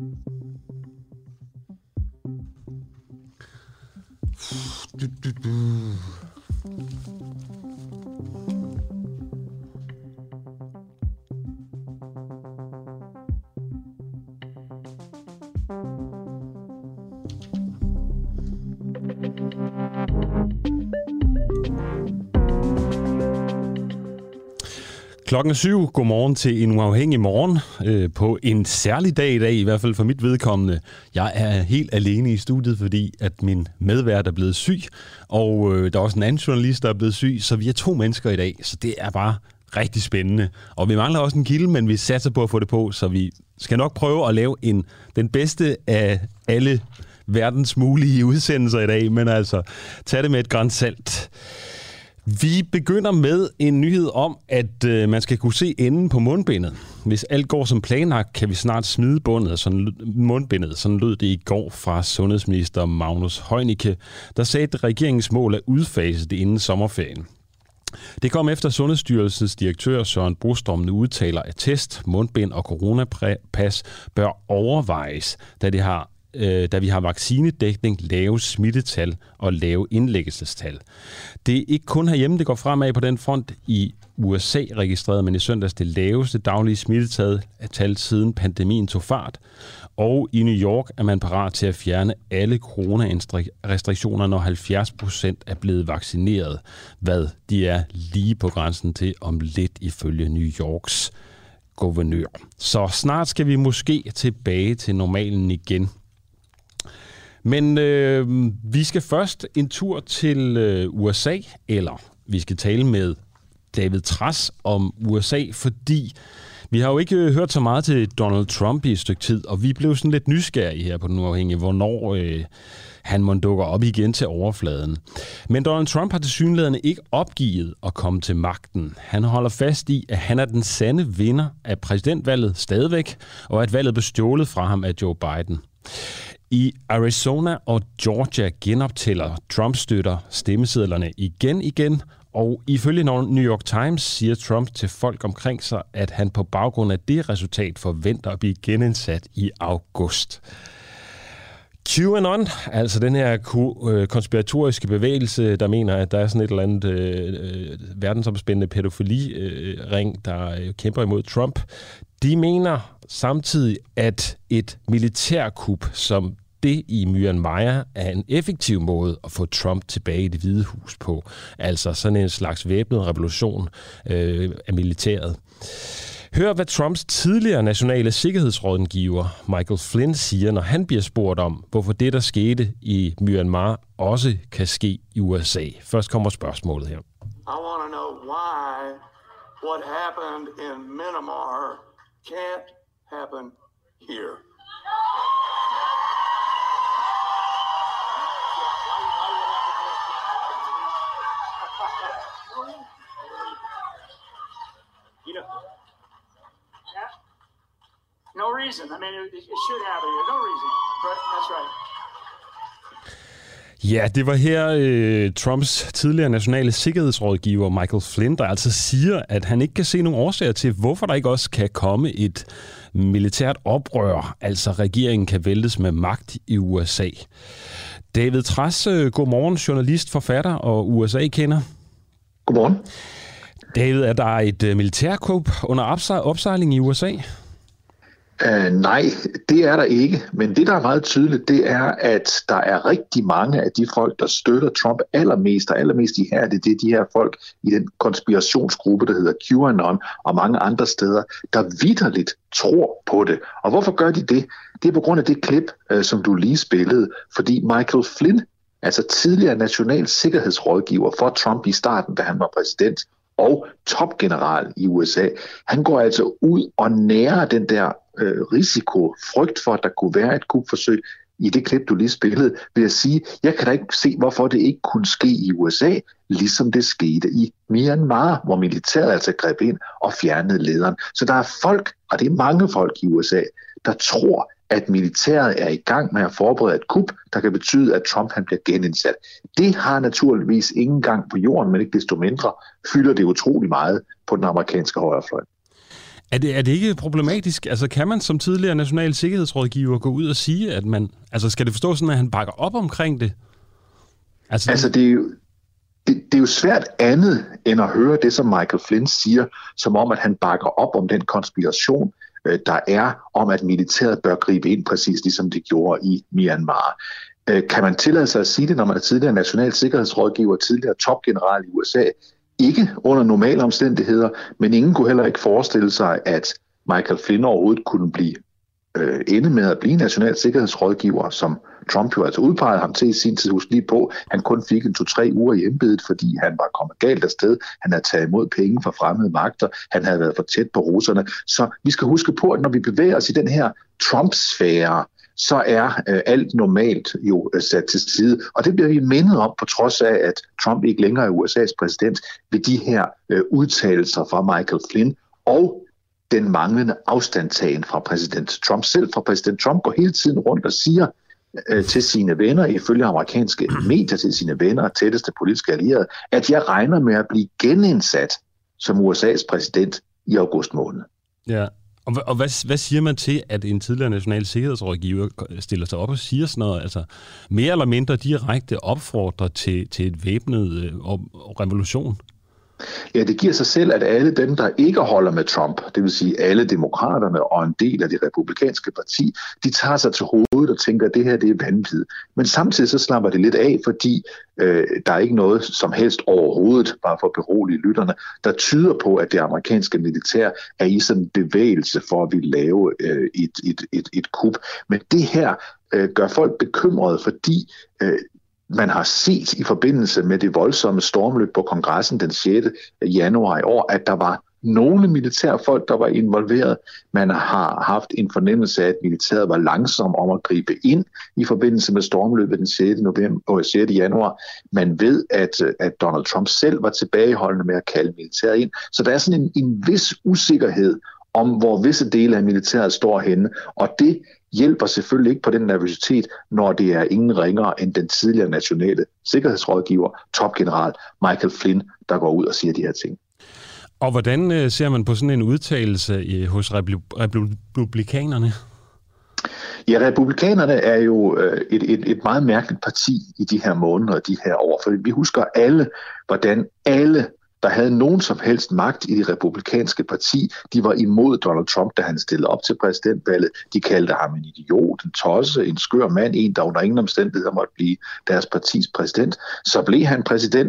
Klokken 7. Godmorgen til en uafhængig morgen på en særlig dag i dag, i hvert fald for mit vedkommende. Jeg er helt alene i studiet, fordi at min medvært er blevet syg, og der er også en anden journalist, der er blevet syg, så vi er 2 mennesker i dag, så det er bare rigtig spændende. Og vi mangler også en kilde, men vi satser på at få det på, så vi skal nok prøve at lave den bedste af alle verdens mulige udsendelser i dag, men altså, tag det med et gran salt. Vi begynder med en nyhed om, at man skal kunne se enden på mundbindet. Hvis alt går som planlagt, kan vi snart smide mundbindet. Sådan lød det i går fra sundhedsminister Magnus Heunicke, der sagde, at regeringens mål er at udfase det inden sommerferien. Det kom efter Sundhedsstyrelsens direktør Søren Brostrøm nu udtaler, at test, mundbind og coronapas bør overvejes, da vi har vaccinedækning, lave smittetal og lave indlæggelsestal. Det er ikke kun herhjemme, det går fremad på den front. I USA registrerede man i søndags det laveste daglige smittetal siden pandemien tog fart. Og i New York er man parat til at fjerne alle coronarestriktioner, når 70% er blevet vaccineret, hvad de er lige på grænsen til om lidt ifølge New Yorks guvernør. Så snart skal vi måske tilbage til normalen igen. Men vi skal først en tur til USA, eller vi skal tale med David Trads om USA, fordi vi har jo ikke hørt så meget til Donald Trump i et stykke tid, og vi blev sådan lidt nysgerrige her på Den Uafhængige, hvornår han må dukke op igen til overfladen. Men Donald Trump har tilsyneladende ikke opgivet at komme til magten. Han holder fast i, at han er den sande vinder af præsidentvalget stadigvæk, og at valget blev stjålet fra ham af Joe Biden. I Arizona og Georgia genoptæller Trump-støtter stemmesedlerne igen, og ifølge New York Times siger Trump til folk omkring sig, at han på baggrund af det resultat forventer at blive genindsat i august. QAnon, altså den her konspiratoriske bevægelse, der mener, at der er sådan et eller andet verdensomspændende pædofili-ring, der kæmper imod Trump, de mener samtidig, at et militærkup som det i Myanmar er en effektiv måde at få Trump tilbage i Det Hvide Hus på. Altså sådan en slags væbnet revolution af militæret. Hør, hvad Trumps tidligere nationale sikkerhedsrådgiver Michael Flynn siger, når han bliver spurgt om, hvorfor det, der skete i Myanmar, også kan ske i USA. Først kommer spørgsmålet her. I want to know why what happened in Myanmar can't happen here. You know, no reason. I mean, it should happen here. No reason. But that's right. Ja, det var her Trumps tidligere nationale sikkerhedsrådgiver Michael Flynn, der altså siger, at han ikke kan se nogen årsager til, hvorfor der ikke også kan komme et militært oprør, altså regeringen kan væltes med magt i USA. David Trads, godmorgen, journalist, forfatter og USA-kender. Godmorgen. David, er der et militærkup under opsejling i USA? Nej, det er der ikke. Men det, der er meget tydeligt, det er, at der er rigtig mange af de folk, der støtter Trump allermest ihærdigt. Det er de her folk i den konspirationsgruppe, der hedder QAnon og mange andre steder, der vitterligt tror på det. Og hvorfor gør de det? Det er på grund af det klip, som du lige spillede. Fordi Michael Flynn, altså tidligere national sikkerhedsrådgiver for Trump i starten, da han var præsident, og topgeneral i USA, han går altså ud og nærer den der frygt for, at der kunne være et kupforsøg i det klip, du lige spillede, ved at sige, jeg kan da ikke se, hvorfor det ikke kunne ske i USA, ligesom det skete i Myanmar, hvor militæret altså greb ind og fjernede lederen. Så der er folk, og det er mange folk i USA, der tror, at militæret er i gang med at forberede et kup, der kan betyde, at Trump han bliver genindsat. Det har naturligvis ingen gang på jorden, men ikke desto mindre fylder det utrolig meget på den amerikanske højrefløj. Er det ikke problematisk? Altså, kan man som tidligere national sikkerhedsrådgiver gå ud og sige, at man... Altså, skal det forstå sådan, at han bakker op omkring det? Altså det er jo svært andet end at høre det, som Michael Flynn siger, som om, at han bakker op om den konspiration, der er om, at militæret bør gribe ind, præcis ligesom det gjorde i Myanmar. Kan man tillade sig at sige det, når man er tidligere national sikkerhedsrådgiver, tidligere topgeneral i USA? Ikke under normale omstændigheder, men ingen kunne heller ikke forestille sig, at Michael Flynn overhovedet kunne blive ende med at blive national sikkerhedsrådgiver, som Trump jo altså udpegede ham til i sin tid. Husk lige på, han kun fik 2-3 uger i embedet, fordi han var kommet galt afsted. Han havde taget imod penge fra fremmede magter. Han havde været for tæt på russerne. Så vi skal huske på, at når vi bevæger os i den her Trump-sfære, så er alt normalt jo sat til side. Og det bliver vi mindet om, på trods af, at Trump ikke længere er USA's præsident, ved de her udtalelser fra Michael Flynn og den manglende afstandtagen fra præsident Trump selv. For præsident Trump går hele tiden rundt og siger til sine venner, ifølge amerikanske medier, til sine venner og tætteste politiske allierede, at jeg regner med at blive genindsat som USA's præsident i august måned. Ja, og hvad siger man til, at en tidligere national sikkerhedsrådgiver stiller sig op og siger sådan noget, altså mere eller mindre direkte opfordrer til et væbnet revolution? Ja, det giver sig selv, at alle dem, der ikke holder med Trump, det vil sige alle demokraterne og en del af det republikanske parti, de tager sig til hovedet og tænker, at det her det er vanvid. Men samtidig så slapper det lidt af, fordi der er ikke noget som helst overhovedet, bare for at berolige lytterne, der tyder på, at det amerikanske militær er i sådan en bevægelse for at ville lave et kup. Men det her gør folk bekymrede, fordi man har set i forbindelse med det voldsomme stormløb på kongressen den 6. januar i år, at der var nogle militærfolk, der var involveret. Man har haft en fornemmelse af, at militæret var langsom om at gribe ind i forbindelse med stormløbet den 6. januar. Man ved, at Donald Trump selv var tilbageholdende med at kalde militæret ind. Så der er sådan en vis usikkerhed om, hvor visse dele af militæret står henne, og det hjælper selvfølgelig ikke på den nervøsitet, når det er ingen ringere end den tidligere nationale sikkerhedsrådgiver, topgeneral Michael Flynn, der går ud og siger de her ting. Og hvordan ser man på sådan en udtalelse hos republikanerne? Ja, republikanerne er jo et meget mærkeligt parti i de her måneder og de her år, for vi husker alle, hvordan alle der havde nogen som helst magt i det republikanske parti. De var imod Donald Trump, da han stillede op til præsidentvalget. De kaldte ham en idiot, en tosse, en skør mand, en, der under ingen omstændigheder måtte blive deres partis præsident. Så blev han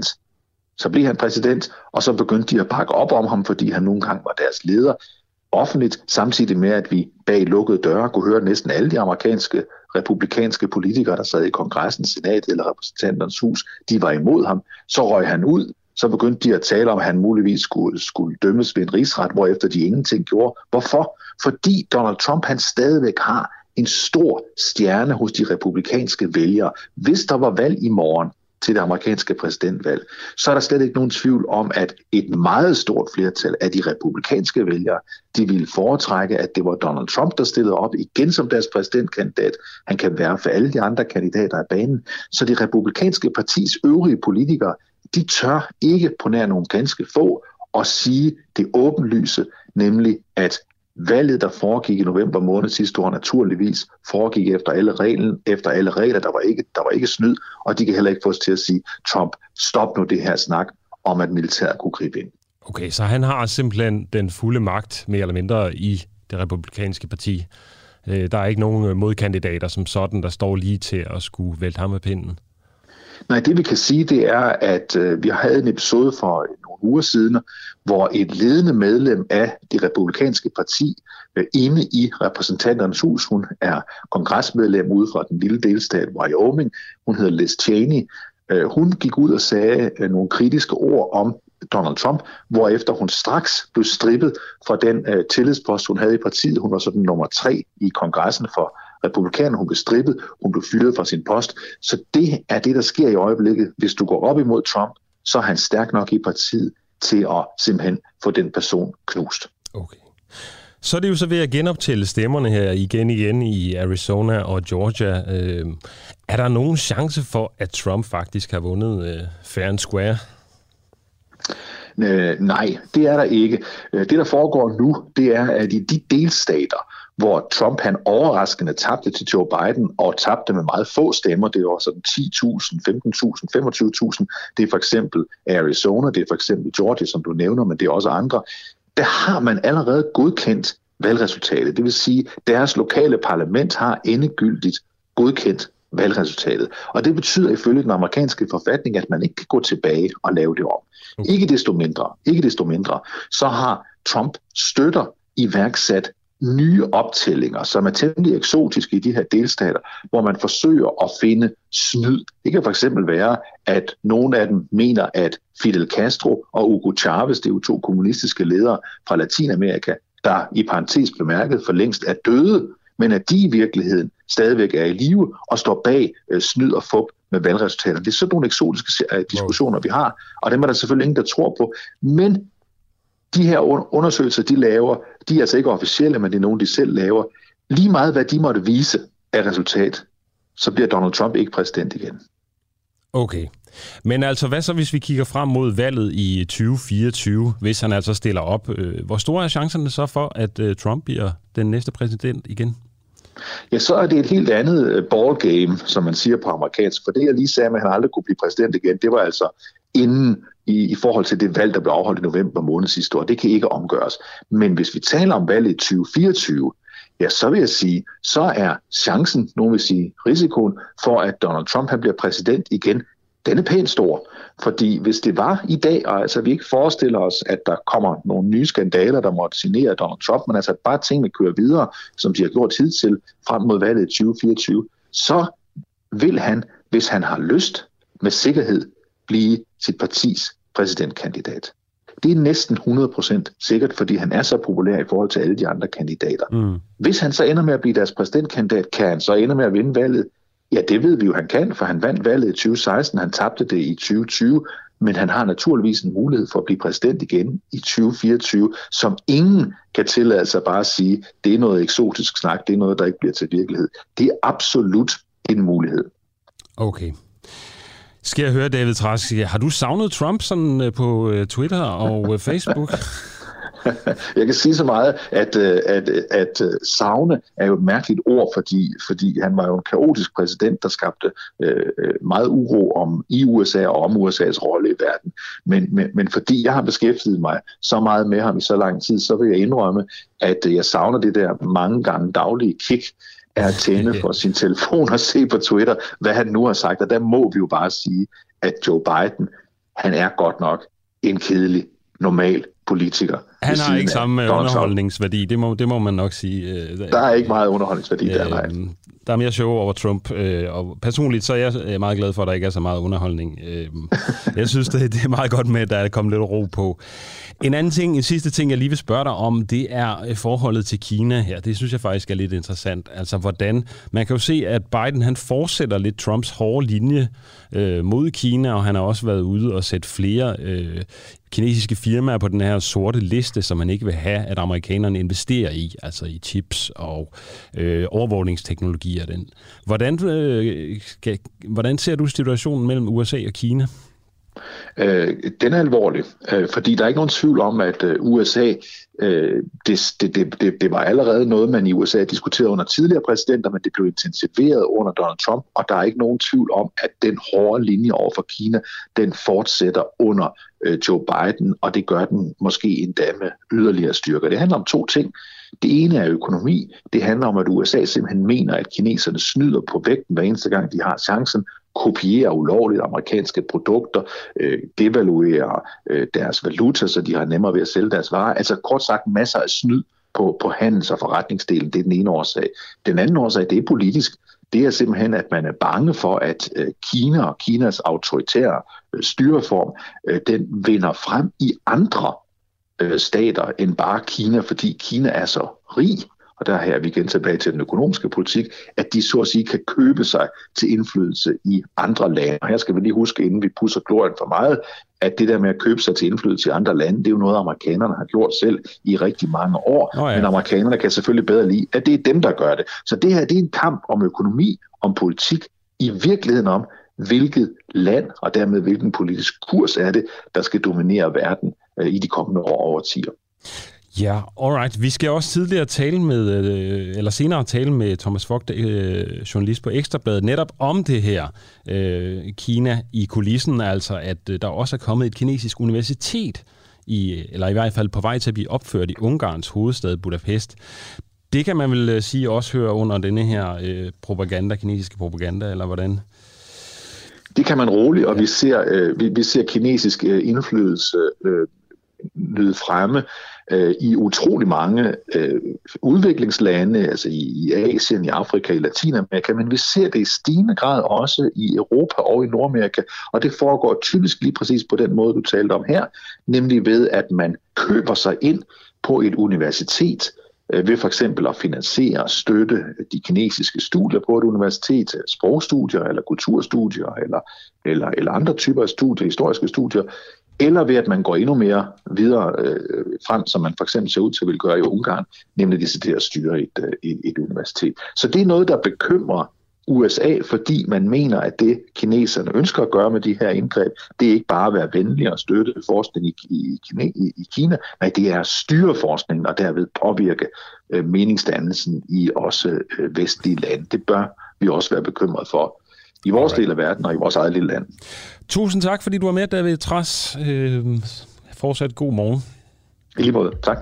præsident, og så begyndte de at bakke op om ham, fordi han nogle gange var deres leder offentligt, samtidig med, at vi bag lukkede døre kunne høre næsten alle de amerikanske republikanske politikere, der sad i kongressen, senatet eller repræsentanternes hus, de var imod ham. Så røg han ud. Så begyndte de at tale om, at han muligvis skulle dømmes ved en rigsret, hvorefter de ingenting gjorde. Hvorfor? Fordi Donald Trump han stadigvæk har en stor stjerne hos de republikanske vælgere. Hvis der var valg i morgen til det amerikanske præsidentvalg, så er der slet ikke nogen tvivl om, at et meget stort flertal af de republikanske vælgere, de ville foretrække, at det var Donald Trump, der stillede op igen som deres præsidentkandidat. Han kan være for alle de andre kandidater af banen. Så det republikanske partis øvrige politikere, de tør ikke på nær nogle ganske få at sige det åbenlyse, nemlig at valget, der foregik i november måned sidste år, naturligvis foregik efter alle regler. Der var ikke snyd, og de kan heller ikke få os til at sige, Trump, stop nu det her snak om, at militæret kunne gribe ind. Okay, så han har simpelthen den fulde magt, mere eller mindre, i det republikanske parti. Der er ikke nogen modkandidater som sådan, der står lige til at skulle vælte ham med pinden. Nej, det vi kan sige, det er, at vi havde en episode for nogle uger siden, hvor et ledende medlem af det republikanske parti inde i repræsentanternes hus, hun er kongresmedlem ude fra den lille delstat Wyoming, hun hedder Liz Cheney, hun gik ud og sagde nogle kritiske ord om Donald Trump, hvorefter hun straks blev strippet fra den tillidspost, hun havde i partiet. Hun var sådan nummer 3 i kongressen for republikanerne. Hun blev strippet, hun blev fyret fra sin post. Så det er det, der sker i øjeblikket. Hvis du går op imod Trump, så er han stærk nok i partiet til at simpelthen få den person knust. Okay. Så er det jo så ved at genoptælle stemmerne her igen i Arizona og Georgia. Er der nogen chance for, at Trump faktisk har vundet fair and square? Nej, det er der ikke. Det, der foregår nu, det er, at i de delstater, hvor Trump han overraskende tabte til Joe Biden, og tabte med meget få stemmer, det var sådan 10.000, 15.000, 25.000, det er for eksempel Arizona, det er for eksempel Georgia, som du nævner, men det er også andre, der har man allerede godkendt valgresultatet. Det vil sige, at deres lokale parlament har endegyldigt godkendt valgresultatet. Og det betyder ifølge den amerikanske forfatning, at man ikke kan gå tilbage og lave det om. Okay. Ikke desto mindre, så har Trump støtter iværksat nye optællinger, som er temmelig eksotiske i de her delstater, hvor man forsøger at finde snyd. Det kan for eksempel være, at nogle af dem mener, at Fidel Castro og Hugo Chavez, det er jo 2 kommunistiske ledere fra Latinamerika, der i parentes bemærket for længst er døde, men at de i virkeligheden stadigvæk er i live og står bag snyd og fup med valgresultater. Det er sådan nogle eksotiske diskussioner, vi har, og dem er der selvfølgelig ingen, der tror på. Men de her undersøgelser, de laver, de er altså ikke officielle, men det er nogen, de selv laver. Lige meget, hvad de måtte vise af resultat, så bliver Donald Trump ikke præsident igen. Okay. Men altså, hvad så, hvis vi kigger frem mod valget i 2024, hvis han altså stiller op? Hvor store er chancerne så for, at Trump bliver den næste præsident igen? Ja, så er det et helt andet ballgame, som man siger på amerikansk. For det, jeg lige sagde, at han aldrig kunne blive præsident igen, det var altså inden i forhold til det valg, der blev afholdt i november måned sidste år. Det kan ikke omgøres. Men hvis vi taler om valget i 2024, ja, så vil jeg sige, så er chancen, nogen vil sige risikoen, for at Donald Trump han bliver præsident igen, den er pænt stor. Fordi hvis det var i dag, og altså vi ikke forestiller os, at der kommer nogle nye skandaler, der måtte signere Donald Trump, men altså bare tingene kører videre, som de har gjort hidtil frem mod valget i 2024, så vil han, hvis han har lyst, med sikkerhed blive sit partis præsidentkandidat. Det er næsten 100% sikkert, fordi han er så populær i forhold til alle de andre kandidater. Hvis han så ender med at blive deres præsidentkandidat, kan han så ende med at vinde valget? Ja, det ved vi jo, han kan, for han vandt valget i 2016, han tabte det i 2020, men han har naturligvis en mulighed for at blive præsident igen i 2024, som ingen kan tillade sig bare at sige, det er noget eksotisk snak, det er noget, der ikke bliver til virkelighed. Det er absolut en mulighed. Okay. Skal jeg høre, David Trask, har du savnet Trump sådan på Twitter og Facebook? Jeg kan sige så meget, at savne er jo et mærkeligt ord, fordi han var jo en kaotisk præsident, der skabte meget uro i USA og om USA's rolle i verden. Men fordi jeg har beskæftiget mig så meget med ham i så lang tid, så vil jeg indrømme, at jeg savner det der mange gange daglige kick er at tænde for sin telefon og se på Twitter, hvad han nu har sagt. Og der må vi jo bare sige, at Joe Biden, han er godt nok en kedelig, normal politiker. Han har ikke samme underholdningsværdi, det må man nok sige. Der er ikke meget underholdningsværdi der, nej. Der er mere show over Trump, og personligt så er jeg meget glad for, at der ikke er så meget underholdning. Jeg synes, det er meget godt med, at der er kommet lidt ro på. En sidste ting, jeg lige vil spørge dig om, det er forholdet til Kina her. Det synes jeg faktisk er lidt interessant. Altså, hvordan man kan jo se, at Biden han fortsætter lidt Trumps hårde linje mod Kina, og han har også været ude og sætte flere kinesiske firmaer på den her sorte liste, som man ikke vil have, at amerikanerne investerer i, altså i chips og overvågningsteknologier. Hvordan ser du situationen mellem USA og Kina? Den er alvorlig, fordi der er ikke nogen tvivl om, at USA, det var allerede noget, man i USA diskuterede under tidligere præsidenter, men det blev intensiveret under Donald Trump, og der er ikke nogen tvivl om, at den hårde linje over for Kina, den fortsætter under Joe Biden, og det gør den måske endda med yderligere styrker. Det handler om 2 ting. Det ene er økonomi. Det handler om, at USA simpelthen mener, at kineserne snyder på vægten hver eneste gang, de har chancen, kopierer ulovligt amerikanske produkter, devaluerer deres valuta, så de har nemmere ved at sælge deres varer. Altså kort sagt masser af snyd på handels- og forretningsdelen. Det er den ene årsag. Den anden årsag, det er politisk. Det er simpelthen, at man er bange for, at Kina og Kinas autoritære styreform, den vinder frem i andre stater end bare Kina, fordi Kina er så rig, og der er vi igen tilbage til den økonomiske politik, at de så at sige kan købe sig til indflydelse i andre lande. Og her skal vi lige huske, inden vi pusser glorien for meget, at det der med at købe sig til indflydelse i andre lande, det er jo noget, amerikanerne har gjort selv i rigtig mange år. Men amerikanerne kan selvfølgelig bedre lide, at det er dem, der gør det. Så det her, det er en kamp om økonomi, om politik, i virkeligheden om, hvilket land og dermed hvilken politisk kurs er det, der skal dominere verden i de kommende år og årtier. Ja, alright. Vi skal også senere tale med Thomas Vogt, journalist på Ekstrabladet, netop om det her Kina i kulissen, altså at der også er kommet et kinesisk universitet, eller i hvert fald på vej til at blive opført i Ungarns hovedstad Budapest. Det kan man vel sige også hører under denne her kinesiske propaganda, eller hvordan? Det kan man roligt, og vi ser kinesisk indflydelse nyde fremme i utrolig mange udviklingslande, altså i Asien, i Afrika, i Latinamerika, men vi ser det i stigende grad også i Europa og i Nordamerika, og det foregår typisk lige præcis på den måde, du talte om her, nemlig ved, at man køber sig ind på et universitet, ved for eksempel at finansiere og støtte de kinesiske studier på et universitet, sprogstudier eller kulturstudier eller andre typer af studier, historiske studier, eller ved at man går endnu mere videre frem, som man for eksempel ser ud til at vil gøre i Ungarn, nemlig decideret at styre et universitet. Så det er noget, der bekymrer USA, fordi man mener, at det kineserne ønsker at gøre med de her indgreb, det er ikke bare at være venlig og støtte forskning i Kina, nej, det er at styre forskningen og derved påvirke meningsdannelsen i også vestlige lande. Det bør vi også være bekymret for i vores del af verden og i vores eget lille land. Tusind tak, fordi du var med, David Trads. Fortsat god morgen. I lige måde. Tak.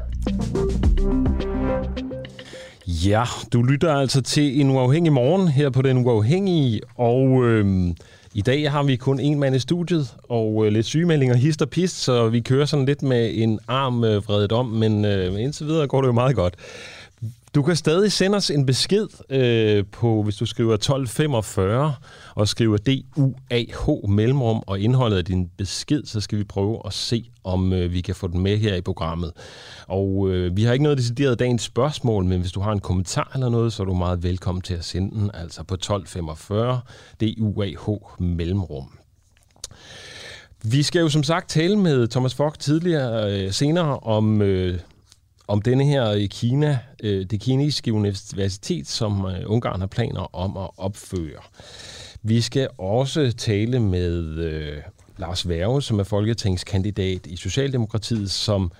Ja, du lytter altså til En Uafhængig Morgen her på Den Uafhængige, og i dag har vi kun en mand i studiet, og lidt sygemeldinger, hist og pist, så vi kører sådan lidt med en arm vredet om, men indtil videre går det jo meget godt. Du kan stadig sende os en besked på, hvis du skriver 1245 og skriver DUAH mellemrum og indholdet af din besked, så skal vi prøve at se, om vi kan få den med her i programmet. Og vi har ikke noget decideret dagens spørgsmål, men hvis du har en kommentar eller noget, så er du meget velkommen til at sende den, altså på 1245 DUAH mellemrum. Vi skal jo som sagt tale med Thomas Vogt senere om denne her i Kina, det kinesiske universitet, som Ungarn har planer om at opføre. Vi skal også tale med Lars Werge, som er folketingskandidat i Socialdemokratiet, som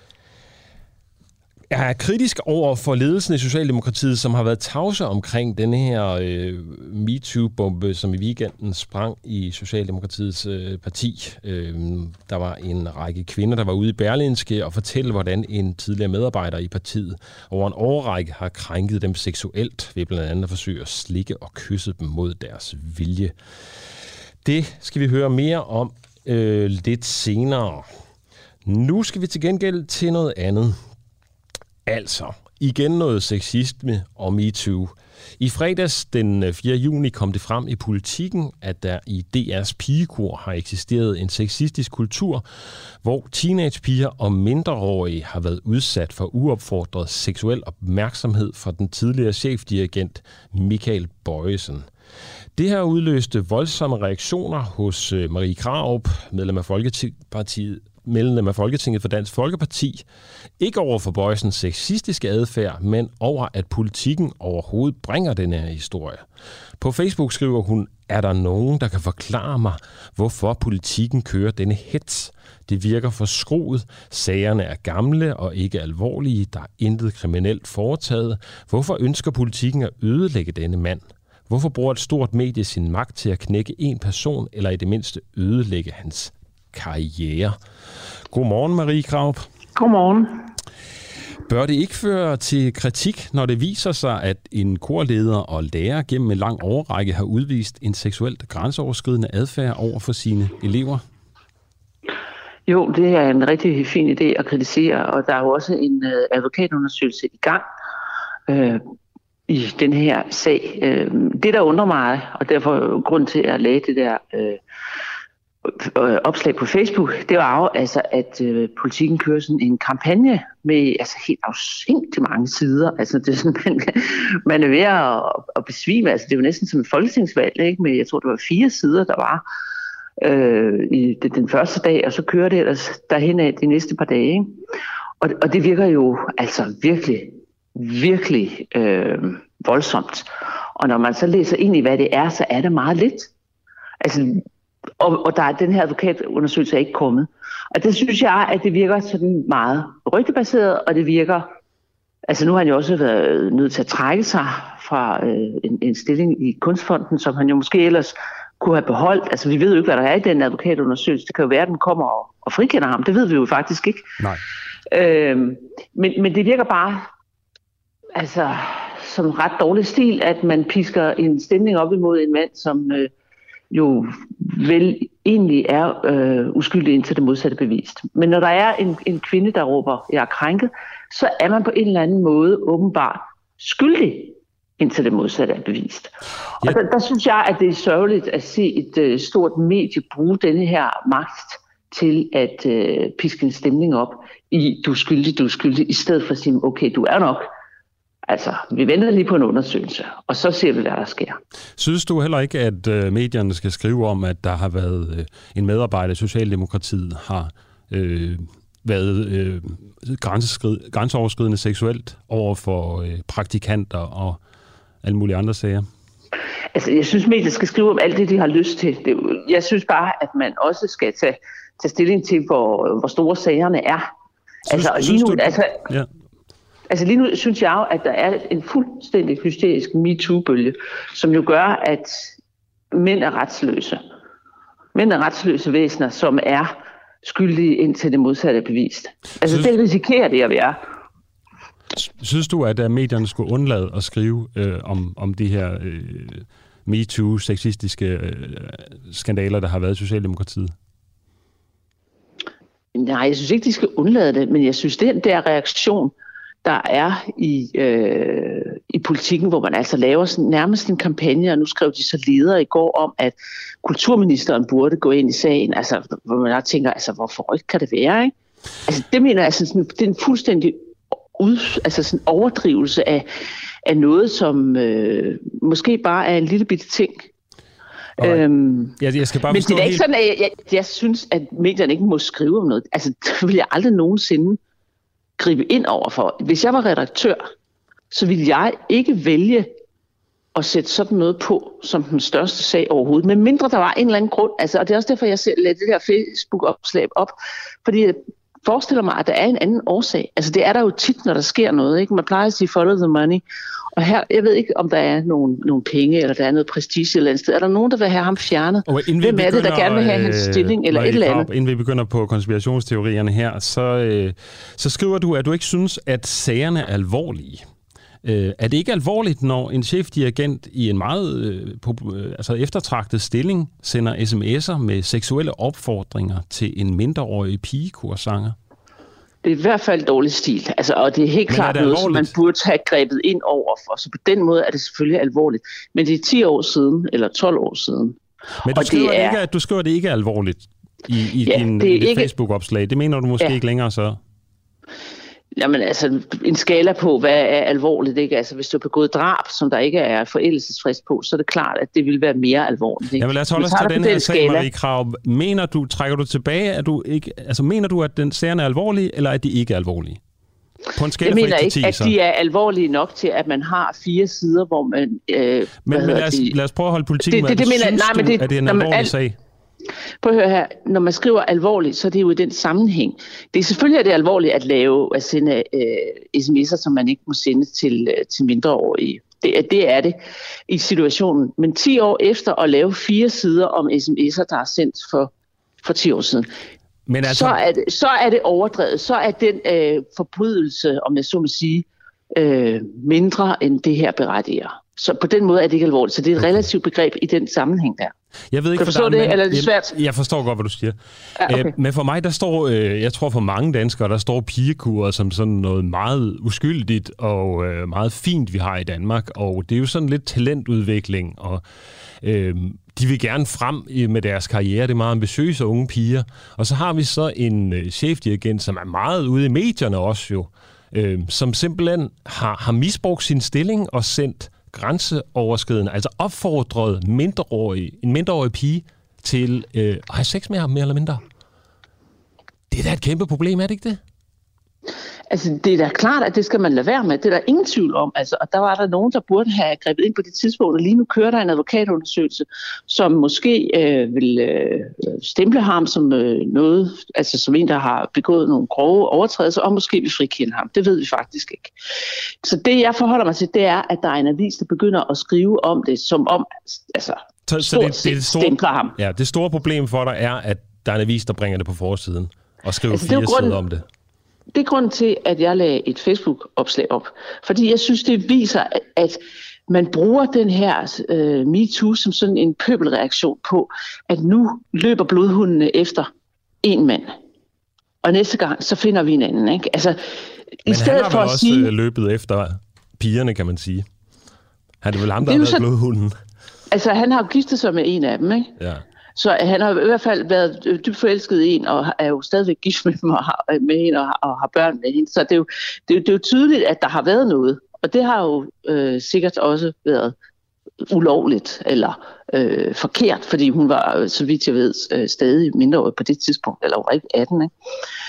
er kritisk over for ledelsen i Socialdemokratiet, som har været tavse omkring denne her MeToo-bombe, som i weekenden sprang i Socialdemokratiets parti. Der var en række kvinder, der var ude i Berlingske og fortælle, hvordan en tidligere medarbejder i partiet over en årrække har krænket dem seksuelt ved blandt andet at forsøge at slikke og kysse dem mod deres vilje. Det skal vi høre mere om lidt senere. Nu skal vi til gengæld til noget andet. Altså, igen noget sexisme og MeToo. I fredags den 4. juni kom det frem i Politiken, at der i DR's pigekor har eksisteret en sexistisk kultur, hvor teenagepiger og mindreårige har været udsat for uopfordret seksuel opmærksomhed fra den tidligere chefdirigent Michael Bojesen. Det her udløste voldsomme reaktioner hos Marie Krarup, medlem af Folketinget for Dansk Folkeparti, ikke over for Bojsens sexistiske adfærd, men over at Politiken overhovedet bringer den her historie. På Facebook skriver hun, er der nogen, der kan forklare mig, hvorfor Politiken kører denne hets? Det virker forskruet, sagerne er gamle og ikke alvorlige, der er intet kriminelt foretaget. Hvorfor ønsker Politiken at ødelægge denne mand? Hvorfor bruger et stort medie sin magt til at knække en person, eller i det mindste ødelægge hans karriere? Godmorgen, Marie Krarup. Godmorgen. Bør det ikke føre til kritik, når det viser sig, at en korleder og lærer gennem en lang årrække har udvist en seksuelt grænseoverskridende adfærd over for sine elever? Jo, det er en rigtig fin idé at kritisere, og der er jo også en advokatundersøgelse i gang i den her sag. Det, der undrer mig, og derfor grund til at lave det der opslag på Facebook, det var jo altså, at Politiken kører sådan en kampagne med altså helt afsindigt mange sider. Altså det er sådan, man er ved at besvime. Altså det er jo næsten som et folketingsvalg, ikke? Men jeg tror, det var 4 sider, der var i den første dag, og så kører det ellers derhen af de næste par dage. Ikke? Og det virker jo altså virkelig voldsomt. Og når man så læser ind i, hvad det er, så er det meget lidt. Altså, og der er den her advokatundersøgelse ikke kommet. Og det synes jeg, at det virker sådan meget rygtebaseret, og det virker... Altså nu har han jo også været nødt til at trække sig fra en stilling i Kunstfonden, som han jo måske ellers kunne have beholdt. Altså vi ved jo ikke, hvad der er i den advokatundersøgelse. Det kan jo være, at den kommer og frikender ham. Det ved vi jo faktisk ikke. Nej. Men det virker bare altså, som ret dårlig stil, at man pisker en stemning op imod en mand, som jo vel egentlig er uskyldig indtil det modsatte bevist. Men når der er en kvinde, der råber, jeg er krænket, så er man på en eller anden måde åbenbart skyldig, indtil det modsatte er bevist. Ja. Og der synes jeg, at det er sørgeligt at se et stort medie bruge denne her magt til at piske en stemning op i, du er skyldig, i stedet for at sige, okay, du er nok. Altså, vi venter lige på en undersøgelse, og så ser vi, hvad der sker. Synes du heller ikke, at medierne skal skrive om, at der har været en medarbejder, Socialdemokratiet har været grænseoverskridende seksuelt over for praktikanter og alle mulige andre sager? Altså, jeg synes, medierne skal skrive om alt det, de har lyst til. Jeg synes bare, at man også skal tage stilling til, hvor store sagerne er. Altså lige nu synes jeg jo, at der er en fuldstændig hysterisk MeToo-bølge, som jo gør, at mænd er retsløse. Mænd er retsløse væsener, som er skyldige indtil det modsatte er bevist. Altså det risikerer det at være. Synes du, at medierne skulle undlade at skrive om de her MeToo-sexistiske skandaler, der har været i Socialdemokratiet? Nej, jeg synes ikke, de skal undlade det, men jeg synes, den der reaktion, der er i politikken, hvor man altså laver sådan, nærmest en kampagne, og nu skrev de så ledere i går om, at kulturministeren burde gå ind i sagen, altså hvor man tænker, altså hvor forrygt kan det være, ikke? Altså det mener jeg, sådan, det er en fuldstændig sådan overdrivelse af noget, som måske bare er en lille bitte ting. Jeg skal bare men det er ikke sådan, at jeg synes, at medierne ikke må skrive om noget. Altså det vil jeg aldrig nogensinde gribe ind overfor. Hvis jeg var redaktør, så ville jeg ikke vælge at sætte sådan noget på som den største sag overhovedet, men mindre der var en eller anden grund. Altså, og det er også derfor, jeg selv lagde det her Facebook-opslag op, fordi jeg forestiller mig, at der er en anden årsag. Altså det er der jo tit, når der sker noget, ikke? Man plejer at sige follow the money, og her, jeg ved ikke, om der er nogle penge, eller der er noget prestige et eller andet sted. Er der nogen, der vil have ham fjernet? Hvem er det, der gerne vil have hans stilling, eller et eller andet? Inden vi begynder på konspirationsteorierne her, så skriver du, at du ikke synes, at sagerne er alvorlige. Er det ikke alvorligt, når en chefdirigent i en meget eftertragtet stilling sender sms'er med seksuelle opfordringer til en mindreårig pigekursanger? Det er i hvert fald dårlig stil, altså, og det er helt klart noget, som man burde have grebet ind over for. Så på den måde er det selvfølgelig alvorligt. Men det er 10 år siden, eller 12 år siden. Men du skriver, at det ikke er alvorligt i din Facebook-opslag. Det mener du måske ikke længere så? Jamen altså, en skala på, hvad er alvorligt, ikke? Altså, hvis du har begået drab, som der ikke er forældelsesfrist på, så er det klart, at det vil være mere alvorligt, ikke? Jamen lad os holde os til den her sag, Marie Krarup. trækker du tilbage, at du ikke, altså mener du, at den sagerne er alvorlige, eller at de ikke er alvorlige? På en skala jeg mener ikke, at de er alvorlige nok til, at man har 4 sider, hvor man... men lad os prøve at holde politikken med, at det er en alvorlig sag. Prøv at høre her, når man skriver alvorligt, så er det jo i den sammenhæng. Det er selvfølgelig at det er alvorligt at sende sms'er, som man ikke må sende til mindreårige. Det er det i situationen. Men 10 år efter at lave 4 sider om sms'er, der er sendt for 10 år siden, men altså... så er det overdrevet. Så er den forbrydelse, om jeg så må sige, mindre end det her berettiger. Så på den måde er det ikke alvorligt. Så det er et relativt begreb i den sammenhæng der. Jeg ved ikke, kan du forstå det, eller er det svært? Jeg forstår godt, hvad du siger. Ja, okay. Men for mig, der står, jeg tror for mange danskere, der står pigekurer som sådan noget meget uskyldigt og meget fint, vi har i Danmark. Og det er jo sådan lidt talentudvikling, og de vil gerne frem med deres karriere. Det er meget ambitiøse unge piger. Og så har vi så en chefdirigent, som er meget ude i medierne også jo, som simpelthen har misbrugt sin stilling og sendt grænseoverskridende, altså opfordret en mindreårig pige til at have sex med ham, mere eller mindre. Det er da et kæmpe problem, er det ikke det? Altså, det er da klart, at det skal man lade være med. Det er der ingen tvivl om. Altså, og der var der nogen, der burde have grebet ind på det tidspunkt. Og lige nu kører der en advokatundersøgelse, som måske vil stemple ham som noget, altså som en, der har begået nogle grove overtrædelser, og måske vil frikende ham. Det ved vi faktisk ikke. Så det, jeg forholder mig til, det er, at der er en avis, der begynder at skrive om det, som om, altså, stort set stempler ham. Ja, det store problem for dig er, at der er en avis, der bringer det på forsiden og skriver 4 sider om det. Det er grunden til, at jeg lagde et Facebook-opslag op. Fordi jeg synes, det viser, at man bruger den her MeToo som sådan en pøbelreaktion på, at nu løber blodhundene efter en mand. Og næste gang, så finder vi en anden. Ikke? Altså, men i stedet han har vel også løbet efter pigerne, kan man sige. Han er vel ham, der har været blodhunden. Altså, han har jo giftet sig med en af dem, ikke? Ja. Så han har i hvert fald været dybt forelsket i en, og er jo stadigvæk gift med hende og har børn med hende. Så det er jo tydeligt, at der har været noget. Og det har jo sikkert også været ulovligt eller forkert, fordi hun var, så vidt jeg ved, stadig mindreårig på det tidspunkt, eller var ikke 18, ikke?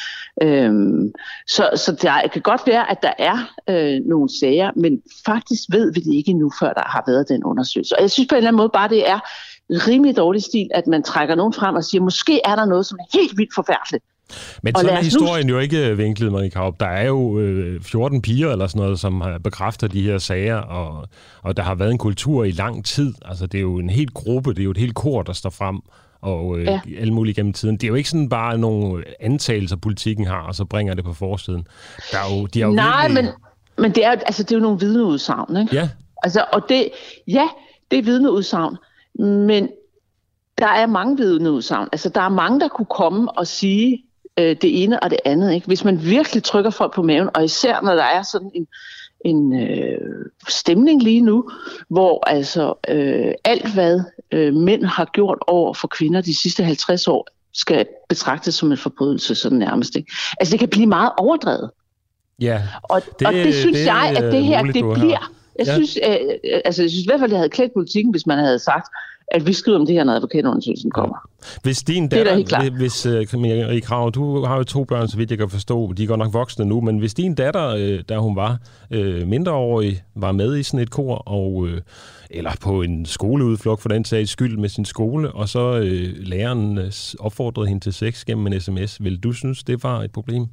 Så der kan godt være, at der er nogle sager, men faktisk ved vi det ikke endnu, før der har været den undersøgelse. Og jeg synes på en eller anden måde bare, det er rimelig dårlig stil, at man trækker nogen frem og siger, måske er der noget, som er helt vildt forfærdeligt. Men sådan er historien jo ikke vinklet, Marie Krarup. Der er jo 14 piger eller sådan noget, som bekræfter de her sager, og der har været en kultur i lang tid. Altså det er jo en helt gruppe, det er jo et helt kor, der står frem, og alle mulige gennem tiden. Det er jo ikke sådan bare nogle antagelser, politikken har, og så bringer det på forsiden. Der er jo, de er jo nej, virkelig... men det er jo nogle vidneudsagn, ikke? Ja. Altså, og det er vidneudsagn, men der er mange vidneudsagn. Altså, der er mange, der kunne komme og sige det ene og det andet, ikke? Hvis man virkelig trykker folk på maven, og især når der er sådan en stemning lige nu, hvor altså alt hvad mænd har gjort over for kvinder de sidste 50 år, skal betragtes som en forbrydelse, sådan nærmest, ikke? Altså, det kan blive meget overdrevet. Ja. Og det synes jeg, at det her, det bliver... Jeg synes i hvert fald, det havde klædt politikken, hvis man havde sagt, at vi skriver om det her, når advokatundersøgelsen kommer. Hvis din datter, Marie Krarup, du har jo 2 børn, så vidt jeg kan forstå, de er godt nok voksne nu, men hvis din datter, da hun var mindreårig, var med i sådan et kor, og, eller på en skoleudflugt for den sags skyld med sin skole, og så læreren opfordrede hende til sex gennem en sms, vil du synes, det var et problem?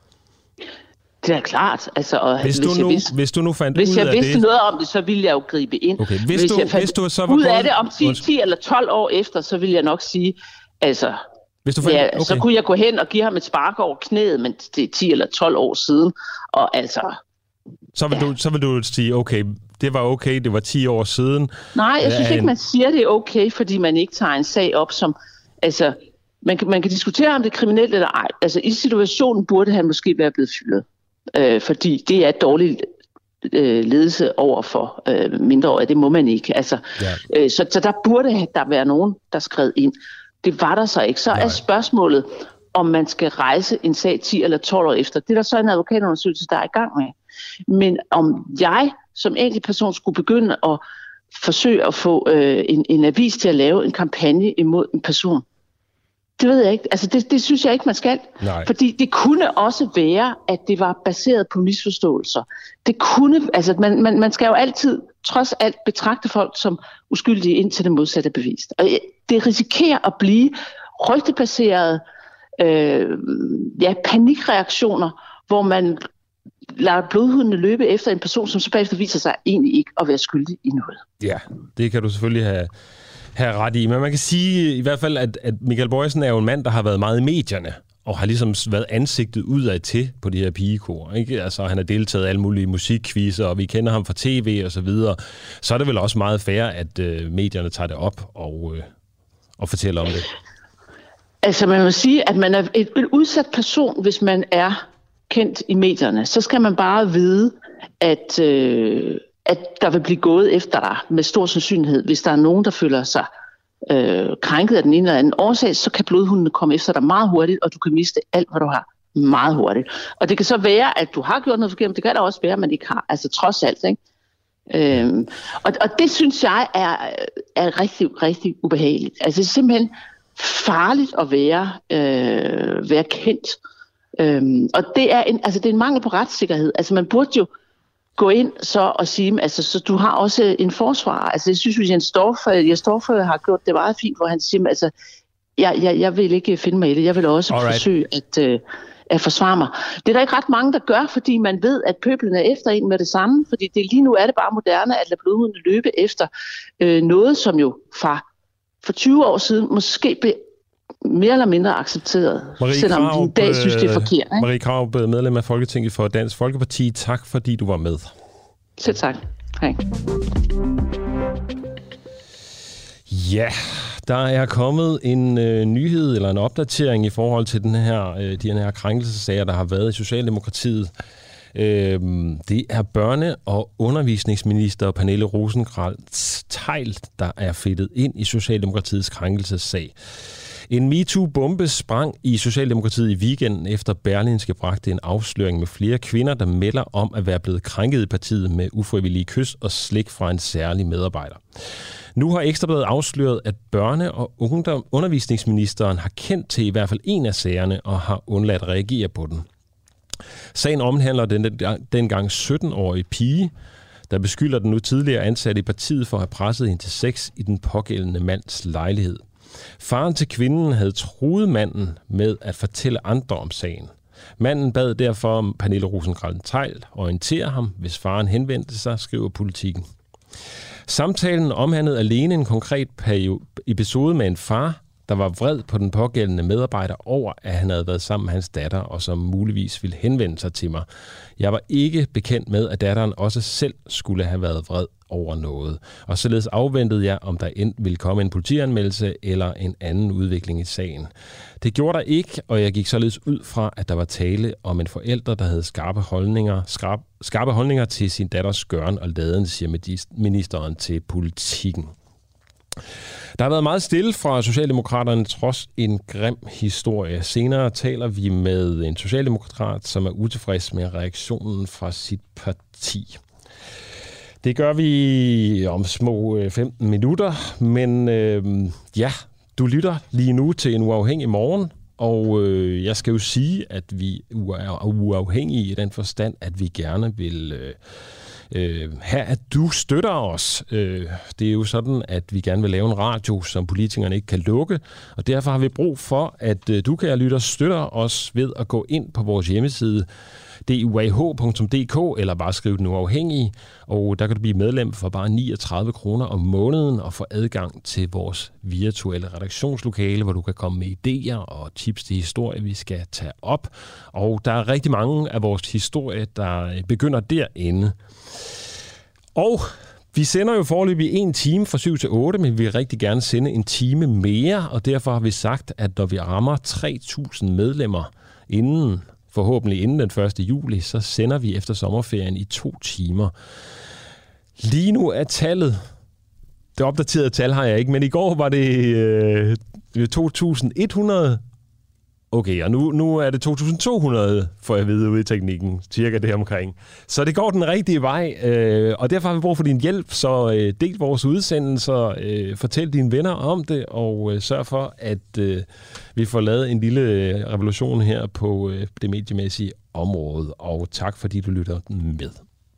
Det er klart. Altså, og hvis du nu fandt hvis ud jeg af vidste det... noget om det, så ville jeg jo gribe ind. Okay. Hvis jeg fandt ud af det om 10 eller 12 år efter, så ville jeg nok sige, altså... så kunne jeg gå hen og give ham et spark over knæet, men det er 10 eller 12 år siden, og altså... Så vil du sige, okay, det var okay, det var 10 år siden. Nej, jeg synes ikke, man siger, det er okay, fordi man ikke tager en sag op, som... Altså, man kan diskutere, om det er kriminelt eller ej. Altså, i situationen burde han måske være blevet fyret. Fordi det er et dårligt ledelse over for mindreårige. Det må man ikke. Altså, så der burde der være nogen, der skred ind. Det var der så ikke. Så er spørgsmålet, om man skal rejse en sag 10 eller 12 år efter. Det er der så en advokatundersøgelse, der er i gang med. Men om jeg som enkelt person skulle begynde at forsøge at få en avis til at lave en kampagne imod en person, det ved jeg ikke. Altså, det synes jeg ikke, man skal. Nej. Fordi det kunne også være, at det var baseret på misforståelser. Det kunne, altså, man skal jo altid, trods alt, betragte folk som uskyldige, indtil det modsatte bevist. Og det risikerer at blive rygtebaserede panikreaktioner, hvor man lader blodhundene løbe efter en person, som så bagefter viser sig egentlig ikke at være skyldig i noget. Ja, det kan du selvfølgelig have ret i. Men man kan sige i hvert fald, at Michael Bojesen er jo en mand, der har været meget i medierne, og har ligesom været ansigtet udad til på de her pigekor, ikke? Altså, han har deltaget i alle mulige musikkvizzer, og vi kender ham fra tv og så videre. Så er det vel også meget fair, at medierne tager det op og fortæller om det. Altså, man må sige, at man er et udsat person, hvis man er kendt i medierne. Så skal man bare vide, at der vil blive gået efter dig med stor sandsynlighed. Hvis der er nogen, der føler sig krænket af den ene eller anden årsag, så kan blodhundene komme efter dig meget hurtigt, og du kan miste alt, hvad du har, meget hurtigt. Og det kan så være, at du har gjort noget forkert, men det kan da også være, at man ikke har. Altså trods alt, ikke? Og det synes jeg er rigtig, rigtig ubehageligt. Altså det er simpelthen farligt at være kendt Og det er en mangel på retssikkerhed. Altså man burde jo gå ind så og sige, altså så du har også en forsvar. Altså jeg synes, at Jens Dorpher har gjort det meget fint, hvor han siger, altså jeg vil ikke finde mig i det. Jeg vil også forsøge at forsvare mig. Det er der ikke ret mange, der gør, fordi man ved, at pøblen er efter en med det samme. Fordi lige nu er det bare moderne at lade blodhundene løbe efter noget, som jo for 20 år siden måske blev mere eller mindre accepteret, selvom vi i dag synes, det er forkert. Ikke? Marie Krarup, medlem af Folketinget for Dansk Folkeparti. Tak, fordi du var med. Selv tak. Hej. Ja, der er kommet en nyhed eller en opdatering i forhold til de her krænkelsesager, der har været i Socialdemokratiet. Det er børne- og undervisningsminister Pernille Rosenkrantz-Theil, der er fedtet ind i Socialdemokratiets krænkelsessag. En MeToo-bombe sprang i Socialdemokratiet i weekenden efter Berlingske bragte en afsløring med flere kvinder, der melder om at være blevet krænket i partiet med ufrivillige kys og slik fra en særlig medarbejder. Nu har Ekstra Bladet afsløret, at børne- og undervisningsministeren har kendt til i hvert fald en af sagerne og har undladt at reagere på den. Sagen omhandler den dengang 17-årige pige, der beskylder den nu tidligere ansatte i partiet for at have presset hende til sex i den pågældende mands lejlighed. Faren til kvinden havde truet manden med at fortælle andre om sagen. Manden bad derfor Pernille Rosenkrantz-Theil orientere ham, hvis faren henvendte sig, skriver Politiken. Samtalen omhandlede alene en konkret episode med en far, der var vred på den pågældende medarbejder over, at han havde været sammen med hans datter, og som muligvis ville henvende sig til mig. Jeg var ikke bekendt med, at datteren også selv skulle have været vred over noget. Og således afventede jeg, om der enten ville komme en politianmeldelse eller en anden udvikling i sagen. Det gjorde der ikke, og jeg gik således ud fra, at der var tale om en forælder, der havde skarpe holdninger til sin datters gøren og laden, siger ministeren til Politiken. Der har været meget stille fra Socialdemokraterne trods en grim historie. Senere taler vi med en socialdemokrat, som er utilfreds med reaktionen fra sit parti. Det gør vi om små 15 minutter, men du lytter lige nu til En Uafhængig Morgen, og jeg skal jo sige, at vi er uafhængige i den forstand, at vi gerne vil have, at du støtter os. Det er jo sådan, at vi gerne vil lave en radio, som politikerne ikke kan lukke, og derfor har vi brug for, at du, kære lytter, støtter os ved at gå ind på vores hjemmeside duah.dk eller bare skrive Den Uafhængige, og der kan du blive medlem for bare 39 kroner om måneden og få adgang til vores virtuelle redaktionslokale, hvor du kan komme med idéer og tips til historie, vi skal tage op. Og der er rigtig mange af vores historie, der begynder derinde. Og vi sender jo foreløbig 1 time fra 7 til 8, men vi vil rigtig gerne sende en time mere, og derfor har vi sagt, at når vi rammer 3.000 medlemmer forhåbentlig inden den 1. juli, så sender vi efter sommerferien i 2 timer. Lige nu er tallet, det opdaterede tal har jeg ikke, men i går var det 2.100. Okay, og nu er det 2.200, får jeg vide ude i teknikken, cirka det her omkring. Så det går den rigtige vej, og derfor har vi brug for din hjælp, så del vores udsendelser, fortæl dine venner om det, og sørg for, at vi får lavet en lille revolution her på det mediemæssige område. Og tak, fordi du lytter med.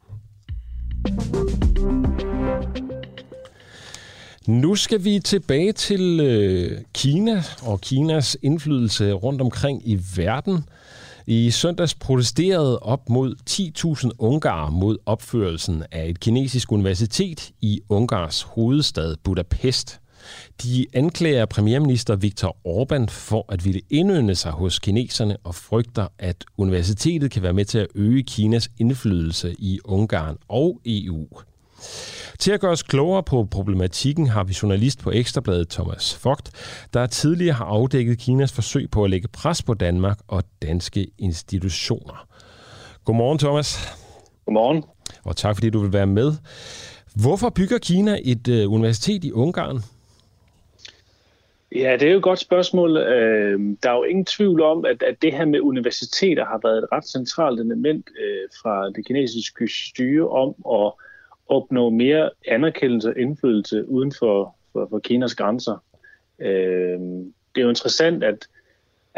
Nu skal vi tilbage til Kina og Kinas indflydelse rundt omkring i verden. I søndags protesterede op mod 10.000 ungarer mod opførelsen af et kinesisk universitet i Ungars hovedstad Budapest. De anklager premierminister Viktor Orbán for at ville indynde sig hos kineserne og frygter, at universitetet kan være med til at øge Kinas indflydelse i Ungarn og EU. Til at gøre os klogere på problematikken har vi journalist på Ekstra Bladet Thomas Vogt, der tidligere har afdækket Kinas forsøg på at lægge pres på Danmark og danske institutioner. Godmorgen, Thomas. Godmorgen. Og tak, fordi du vil være med. Hvorfor bygger Kina et universitet i Ungarn? Ja, det er jo et godt spørgsmål. Der er jo ingen tvivl om, at det her med universiteter har været et ret centralt element fra det kinesiske styre om at opnå mere anerkendelse og indflydelse uden for Kinas grænser. Det er jo interessant,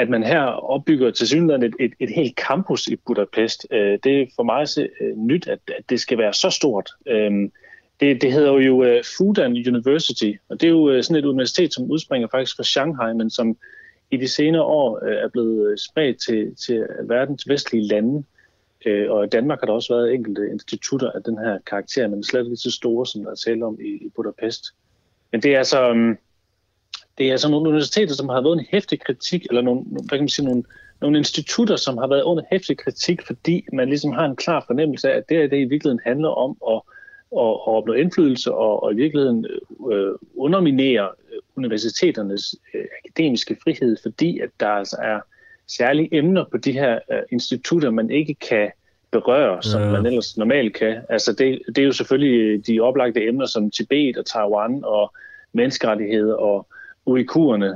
at man her opbygger til synligheden et helt campus i Budapest. Det er for mig nyt, at det skal være så stort. Det hedder jo Fudan University, og det er jo sådan et universitet, som udspringer faktisk fra Shanghai, men som i de senere år er blevet spredt til verdens vestlige lande. Og i Danmark har der også været enkelte institutter af den her karakter, men slet ikke så store, som der er tale om i Budapest. Men det er altså nogle universiteter, som har været en heftig kritik, eller nogle institutter, som har været under heftig kritik, fordi man ligesom har en klar fornemmelse af, at det i virkeligheden handler om at opnå indflydelse og i virkeligheden underminere universiteternes akademiske frihed, fordi at der altså er særlige emner på de her institutter, man ikke kan berøre, som man ellers normalt kan. Altså det er jo selvfølgelig de oplagte emner som Tibet og Taiwan og menneskerettigheder og uikurerne.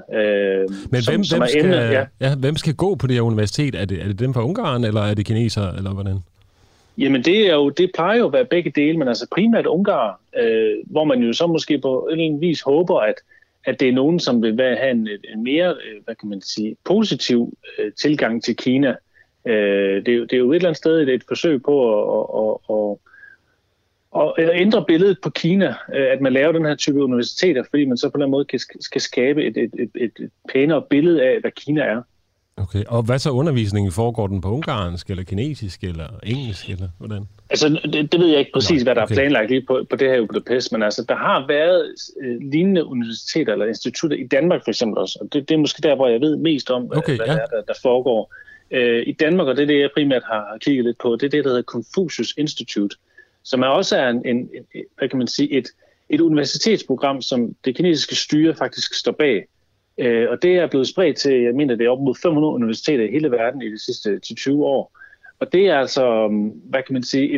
Men hvem skal gå på det her universitet? Er det dem fra Ungarn, eller er det kinesere, eller hvordan? Jamen det plejer jo at være begge dele, men altså primært Ungarn, hvor man jo så måske på en eller anden vis håber, at det er nogen, som vil have en mere, hvad kan man sige, positiv tilgang til Kina. Det er jo et eller andet sted et forsøg på at ændre billedet på Kina, at man laver den her type universiteter, fordi man så på en eller anden måde skal skabe et pænere billede af, hvad Kina er. Okay, og hvad så undervisningen? Foregår den på ungarsk, eller kinesisk, eller engelsk, eller hvordan? Altså, det ved jeg ikke præcis, hvad der er planlagt lige på det her i Budapest, men altså, der har været lignende universiteter eller institutter i Danmark for eksempel også, og det er måske der, hvor jeg ved mest om, hvad der foregår. I Danmark, og det er det, jeg primært har kigget lidt på, det er det, der hedder Confucius Institute, som også er hvad kan man sige, et universitetsprogram, som det kinesiske styre faktisk står bag. Og det er blevet spredt til, jeg mener, det er op mod 500 universiteter i hele verden i de sidste 20 år. Og det er altså, hvad kan man sige,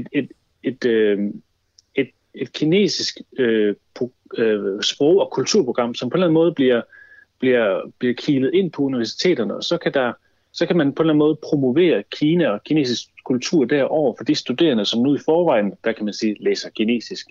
et kinesisk sprog- og kulturprogram, som på en eller anden måde bliver kilet ind på universiteterne, og så kan man på en eller anden måde promovere Kina og kinesisk kultur derover for de studerende, som nu i forvejen, hvad kan man sige, læser kinesisk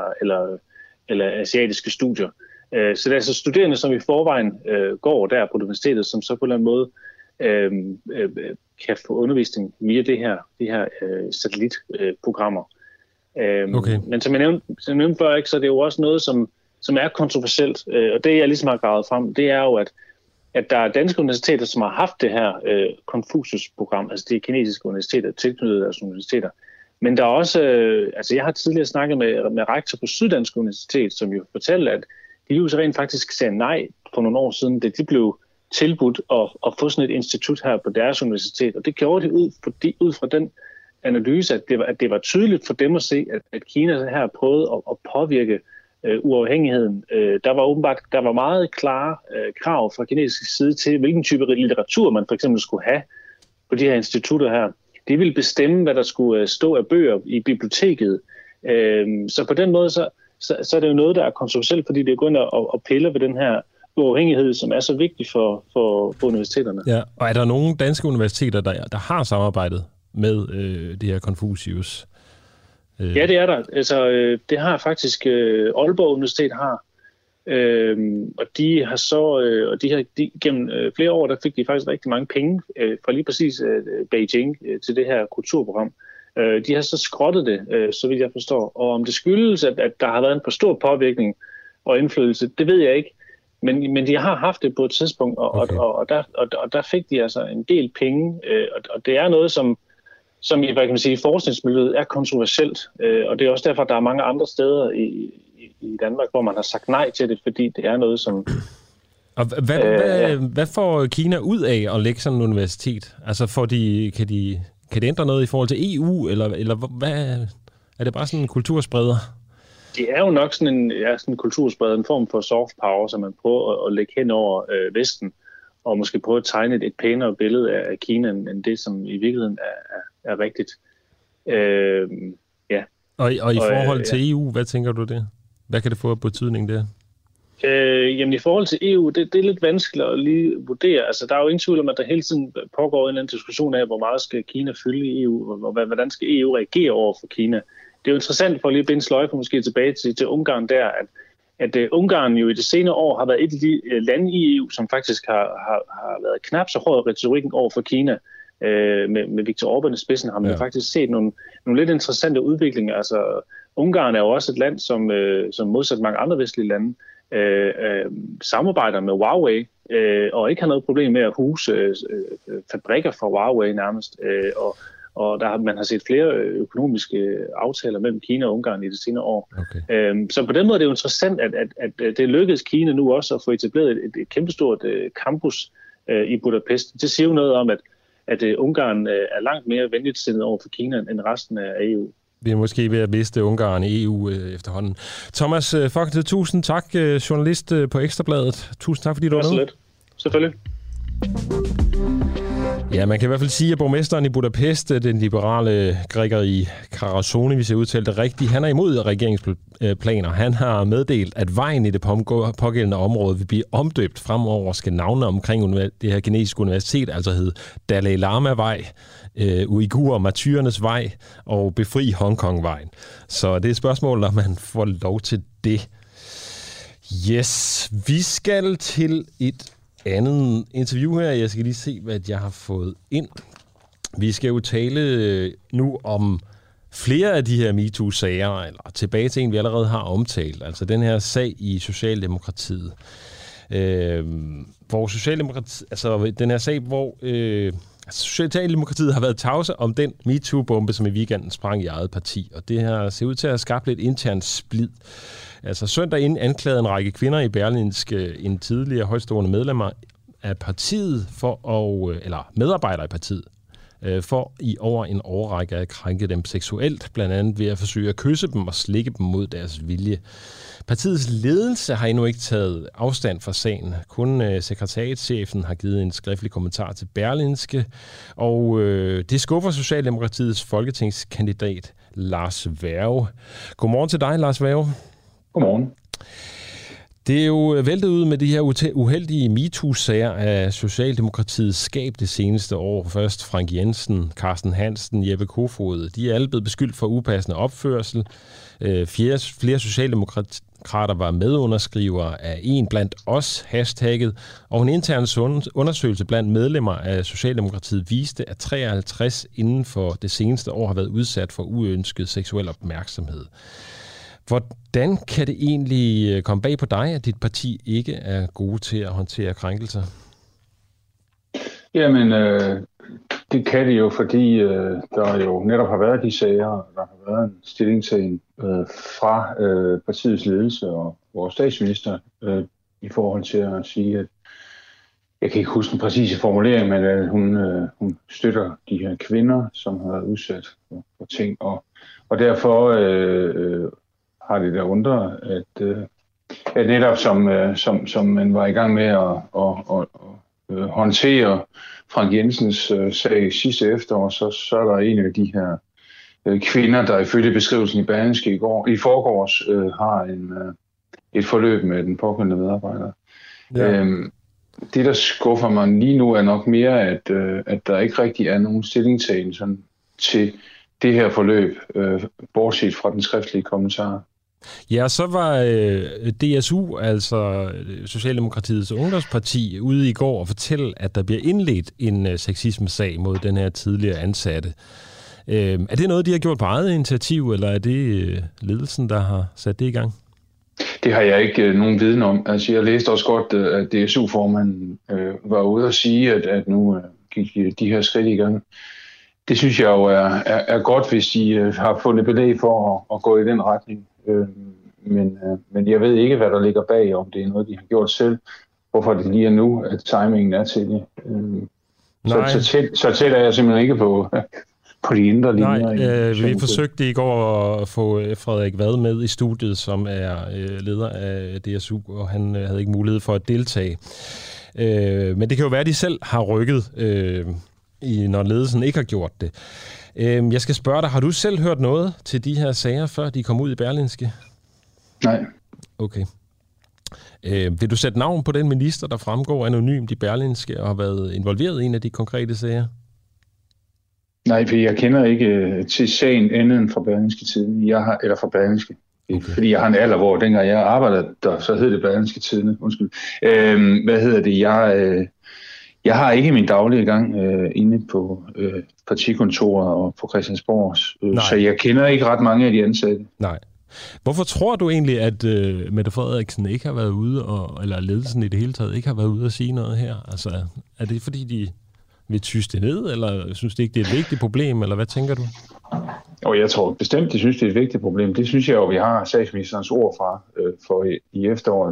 eller asiatiske studier. Så det er altså studerende, som i forvejen går der på universitetet, som så på en eller anden måde kan få undervisning via de her satellitprogrammer. Okay. Men som jeg nævnte før, så er det jo også noget, som er kontroversielt. Og det, jeg ligesom har gravet frem, det er jo, at der er danske universiteter, som har haft det her Confucius-program, altså de kinesiske universiteter, tilknyttet deres universiteter. Men der er også, altså jeg har tidligere snakket med rektor på Syddansk Universitet, som jo fortalte, at de jo så rent faktisk sagde nej for nogle år siden, da de blev tilbudt at få sådan et institut her på deres universitet. Og det gjorde de ud fra den analyse, at det var tydeligt for dem at se, at Kina her prøvede at påvirke uafhængigheden. Der var meget klare krav fra kinesisk side til, hvilken type litteratur man for eksempel skulle have på de her institutter her. De ville bestemme, hvad der skulle stå af bøger i biblioteket. Så på den måde, så er det jo noget, der er kontroversielt, fordi det går ind og piller ved den her uafhængighed, som er så vigtig for universiteterne. Ja, og er der nogle danske universiteter, der har samarbejdet med det her Confucius? Ja, det er der. Altså, det har faktisk Aalborg Universitet har, og de har så, gennem flere år, der fik de faktisk rigtig mange penge fra lige præcis Beijing til det her kulturprogram. De har så skrottet det, så vidt jeg forstår. Og om det skyldes, at der har været en for stor påvirkning og indflydelse, det ved jeg ikke. Men de har haft det på et tidspunkt, og der fik de altså en del penge. Og det er noget, som i, hvad kan man sige, forskningsmiljøet er kontroversielt. Og det er også derfor, at der er mange andre steder i Danmark, hvor man har sagt nej til det, fordi det er noget, som... Og hvad får Kina ud af at lægge sådan et universitet? Altså kan det ændre noget i forhold til EU, eller hvad? Er det bare sådan en kulturspreder? Det er jo nok sådan en kulturspreder, en form for soft power, som man prøver at lægge hen over Vesten, og måske prøve at tegne et pænere billede af Kina, end det, som i virkeligheden er rigtigt. Ja. Og i forhold til EU, hvad tænker du det? Hvad kan det få af betydning der? Jamen i forhold til EU, det er lidt vanskeligt at lige vurdere. Altså der er jo ingen tvivl om, at der hele tiden pågår en eller anden diskussion af, hvor meget skal Kina fylde i EU, og hvordan skal EU reagere over for Kina. Det er jo interessant for at lige binde sløjfer måske tilbage til Ungarn der, at Ungarn jo i det senere år har været et af de lande i EU, som faktisk har været knap så hård retorikken over for Kina. Med Viktor Orbán i spidsen har man faktisk set nogle lidt interessante udviklinger. Altså, Ungarn er jo også et land, som modsat mange andre vestlige lande, samarbejder med Huawei, og ikke har noget problem med at huse fabrikker for Huawei nærmest. Og man har set flere økonomiske aftaler mellem Kina og Ungarn i det senere år. Okay. Så på den måde er det jo interessant, at det lykkedes Kina nu også at få etableret et kæmpestort campus i Budapest. Det siger jo noget om, at Ungarn er langt mere venligt sindet over for Kina end resten af EU. Vi er måske ved at miste Ungarn i EU efterhånden. Thomas Fogte, tusind tak, journalist på Ekstrabladet. Tusind tak, fordi du var med. Selvfølgelig. Ja, man kan i hvert fald sige, at borgmesteren i Budapest, den liberale Grigori Karasouni, hvis jeg udtalte det rigtigt, han er imod regeringsplaner. Han har meddelt, at vejen i det pågældende område vil blive omdøbt fremover, skal navne omkring det her kinesiske universitet, altså hed Dalai Lama-vej, Uigur Martyrernes vej og Befri Hongkong-vejen. Så det er et spørgsmål, når man får lov til det. Yes, vi skal til et andet interview her. Jeg skal lige se, hvad jeg har fået ind. Vi skal jo tale nu om flere af de her MeToo-sager, eller tilbage til en, vi allerede har omtalt. Altså den her sag i Socialdemokratiet. Hvor Socialdemokratiet har været tavse om den MeToo-bombe, som i weekenden sprang i eget parti. Og det her ser ud til at have skabt lidt internt splid. Altså søndag inden anklagede en række kvinder i Berlingske en tidligere højtstående medlemmer af partiet eller medarbejdere i partiet for i over en årrække at krænke dem seksuelt, blandt andet ved at forsøge at kysse dem og slikke dem mod deres vilje. Partiets ledelse har endnu ikke taget afstand fra sagen. Kun sekretariatschefen har givet en skriftlig kommentar til Berlingske, og det skuffer Socialdemokratiets folketingskandidat Lars Werge. Godmorgen til dig, Lars Werge. Godmorgen. Det er jo væltet ud med de her uheldige MeToo-sager af Socialdemokratiets skab det seneste år. Først Frank Jensen, Carsten Hansen, Jeppe Kofod. De er alle blevet beskyldt for upassende opførsel. Flere socialdemokrater var medunderskrivere af En blandt os hashtagget, og en intern undersøgelse blandt medlemmer af Socialdemokratiet viste, at 53 inden for det seneste år har været udsat for uønsket seksuel opmærksomhed. Hvordan kan det egentlig komme bag på dig, at dit parti ikke er gode til at håndtere krænkelser? Jamen, det kan det jo, fordi der jo netop har været de sager, der har været en stillingtagen fra partiets ledelse og vores statsminister i forhold til at sige, at jeg kan ikke huske den præcise formulering, men at hun støtter de her kvinder, som har været udsat for ting, og derfor har det der undret, at netop som man var i gang med at håndtere Frank Jensens sag sidste efterår, så er der en af de her kvinder, der ifølge beskrivelsen i Berlingske i forgårs har et forløb med den pågældende medarbejder. Ja. Det, der skuffer mig lige nu, er nok mere, at der ikke rigtig er nogen stillingtagen sådan til det her forløb, bortset fra den skriftlige kommentar. Ja, så var DSU, altså Socialdemokratiets ungdomsparti, ude i går og fortælle, at der bliver indledt en sexisme-sag mod den her tidligere ansatte. Er det noget, de har gjort på eget initiativ, eller er det ledelsen, der har sat det i gang? Det har jeg ikke nogen viden om. Altså, jeg læste også godt, at DSU-formanden var ude at sige, at nu gik de her skridt i gang. Det synes jeg jo er godt, hvis de har fundet belæg for at gå i den retning. Men jeg ved ikke, hvad der ligger bag, om det er noget, de har gjort selv. Hvorfor det lige er nu, at timingen er til det. Så tæt er jeg simpelthen ikke på de indre linjer. Nej, vi forsøgte i går at få Frederik Vad med i studiet, som er leder af DSU, og han havde ikke mulighed for at deltage. Men det kan jo være, at de selv har rykket, når ledelsen ikke har gjort det. Jeg skal spørge dig, har du selv hørt noget til de her sager, før de kom ud i Berlingske? Nej. Okay. Vil du sætte navn på den minister, der fremgår anonymt i Berlingske og har været involveret i en af de konkrete sager? Nej, for jeg kender ikke til sagen andet end fra Berlingske Tiden, eller fra Berlingske. Okay. Fordi jeg har en alder, hvor dengang jeg arbejdede der, så hed det Berlingske Tidende. Undskyld. Jeg har ikke min daglige gang inde på partikontoret og på Christiansborg, så jeg kender ikke ret mange af de ansatte. Nej. Hvorfor tror du egentlig, at Mette Frederiksen ikke har været ude, eller ledelsen i det hele taget ikke har været ude at sige noget her? Altså, er det fordi, de vil tyste det ned, eller synes de ikke, det er et vigtigt problem, eller hvad tænker du? Og jeg tror bestemt, de synes, det er et vigtigt problem. Det synes jeg jo, vi har statsministerens ord fra for i efteråret.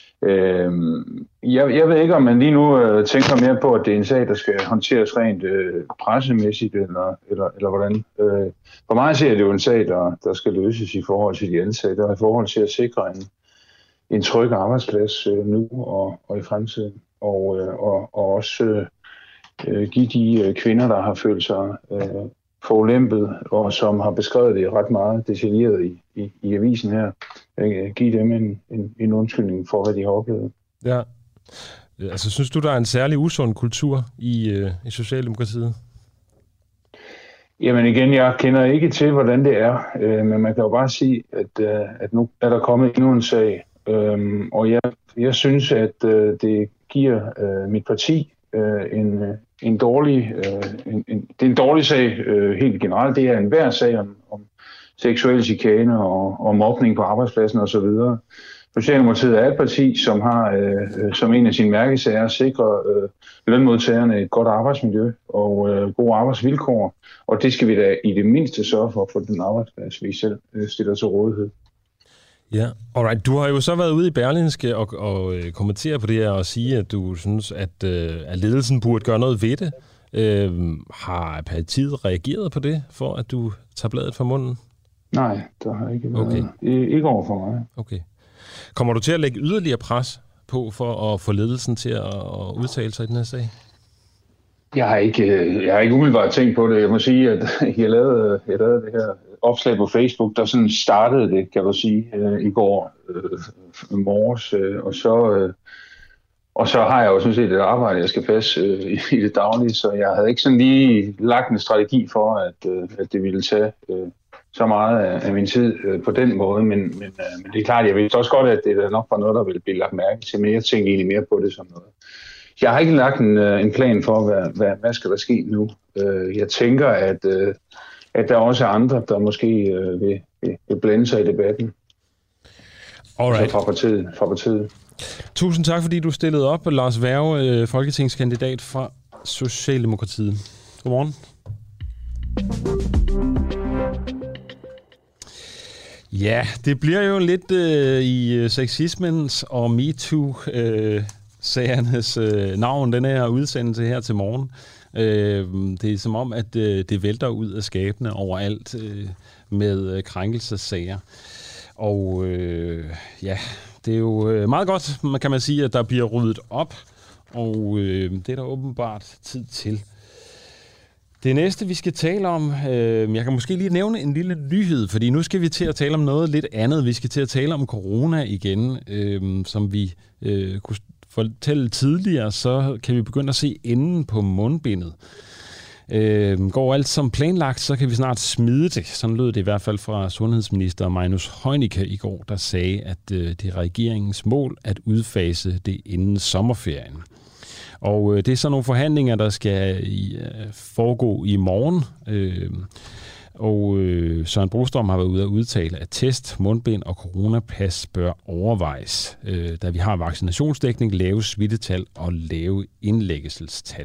Jeg ved ikke, om man lige nu tænker mere på, at det er en sag, der skal håndteres rent pressemæssigt, eller hvordan. For mig ser det jo en sag, der skal løses i forhold til de ansatte, og i forhold til at sikre en tryg arbejdsplads nu og i fremtiden. Og også give de kvinder, der har følt sig forulæmpet, og som har beskrevet det ret meget detaljeret i avisen her, give dem en undskyldning for, hvad de har oplevet. Ja. Altså, synes du, der er en særlig usund kultur i Socialdemokratiet? Jamen igen, jeg kender ikke til, hvordan det er, men man kan jo bare sige, at nu er der kommet endnu en sag, og jeg synes, at det giver mit parti en dårlig, det er en dårlig sag helt generelt. Det er en hver sag om seksuel chikane og mobning på arbejdspladsen osv. Socialdemokratiet er et parti, som har som en af sine mærkesager at sikre lønmodtagerne et godt arbejdsmiljø og gode arbejdsvilkår. Og det skal vi da i det mindste sørge for den arbejdsplads, vi selv stiller til rådighed. Ja, alright. Du har jo så været ude i Berlingske og kommentere på det her og sige, at du synes, at ledelsen burde gøre noget ved det. Har partiet reageret på det, for at du tager bladet fra munden? Nej, der har ikke været. Ikke over for mig. Okay. Kommer du til at lægge yderligere pres på for at få ledelsen til at udtale sig i den her sag? Jeg har ikke umiddelbart tænkt på det. Jeg må sige, at jeg lavede det her opslag på Facebook, der sådan startede det, kan du sige, i går morges. Og så har jeg jo sådan set et arbejde, jeg skal passe i det daglige, så jeg havde ikke sådan lige lagt en strategi for, at det ville tage så meget af min tid på den måde. Men det er klart, jeg vidste også godt, at det nok var noget, der ville blive lagt mærke til, men jeg tænkte egentlig mere på det som noget. Jeg har ikke lagt en plan for, hvad skal der ske nu. Jeg tænker, at der også er andre, der måske vil blande sig i debatten. Alright. Fra partiet. Tusind tak, fordi du stillede op. Lars Werge, folketingskandidat fra Socialdemokratiet. Godmorgen. Ja, det bliver jo lidt i sexismens og MeToo-sagernes navn, den her udsendelse her til morgen. Det er som om, at det vælter ud af skabene overalt med krænkelsessager. Og det er jo meget godt, kan man sige, at der bliver ryddet op, og det er der åbenbart tid til. Det næste, vi skal tale om, jeg kan måske lige nævne en lille nyhed, fordi nu skal vi til at tale om noget lidt andet. Vi skal til at tale om corona igen, som vi kunne fortælle tidligere, så kan vi begynde at se enden på mundbindet. Går alt som planlagt, så kan vi snart smide det. Sådan lød det i hvert fald fra sundhedsminister Magnus Heunicke i går, der sagde, at det er regeringens mål at udfase det inden sommerferien. Og det er så nogle forhandlinger, der skal foregå i morgen. Og Søren Brostrøm har været ude at udtale, at test, mundbind og coronapas bør overvejes, da vi har vaccinationsdækning, lave smittetal og lave indlæggelsestal.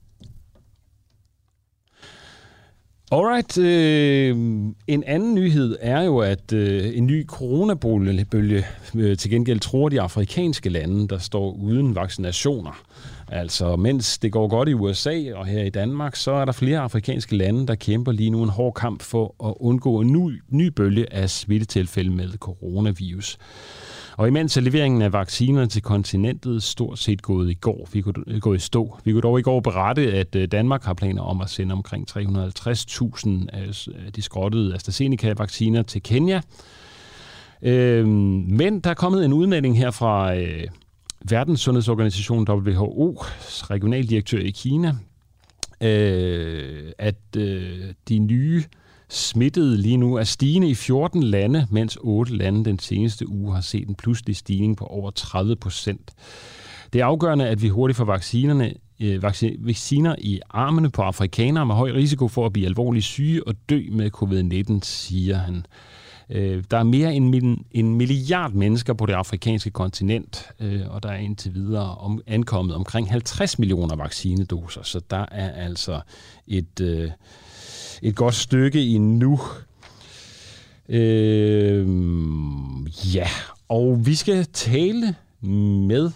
Alright. En anden nyhed er jo, at en ny coronabølge til gengæld tror de afrikanske lande, der står uden vaccinationer. Altså, mens det går godt i USA og her i Danmark, så er der flere afrikanske lande, der kæmper lige nu en hård kamp for at undgå en ny bølge af smittetilfælde med coronavirus. Og imens er leveringen af vacciner til kontinentet stort set gået i stå. Vi kunne dog i går berette, at Danmark har planer om at sende omkring 350.000 af de skrottede AstraZeneca-vacciner til Kenya. Men der er kommet en udmelding her fra Verdenssundhedsorganisationen WHO's regionaldirektør i Kina, at de nye smittede lige nu er stigende i 14 lande, mens 8 lande den seneste uge har set en pludselig stigning på over 30%. Det er afgørende, at vi hurtigt får vacciner i armene på afrikanere med høj risiko for at blive alvorligt syge og dø med covid-19, siger han. Der er mere end en milliard mennesker på det afrikanske kontinent, og der er indtil videre ankommet omkring 50 millioner vaccinedoser, så der er altså et godt stykke endnu. Ja, og vi skal tale med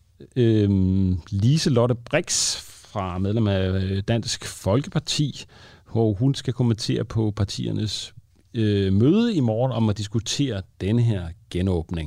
Lise-Lotte Brix fra medlem af Dansk Folkeparti, hvor hun skal kommentere på partiernes møde i morgen om at diskutere denne her genåbning.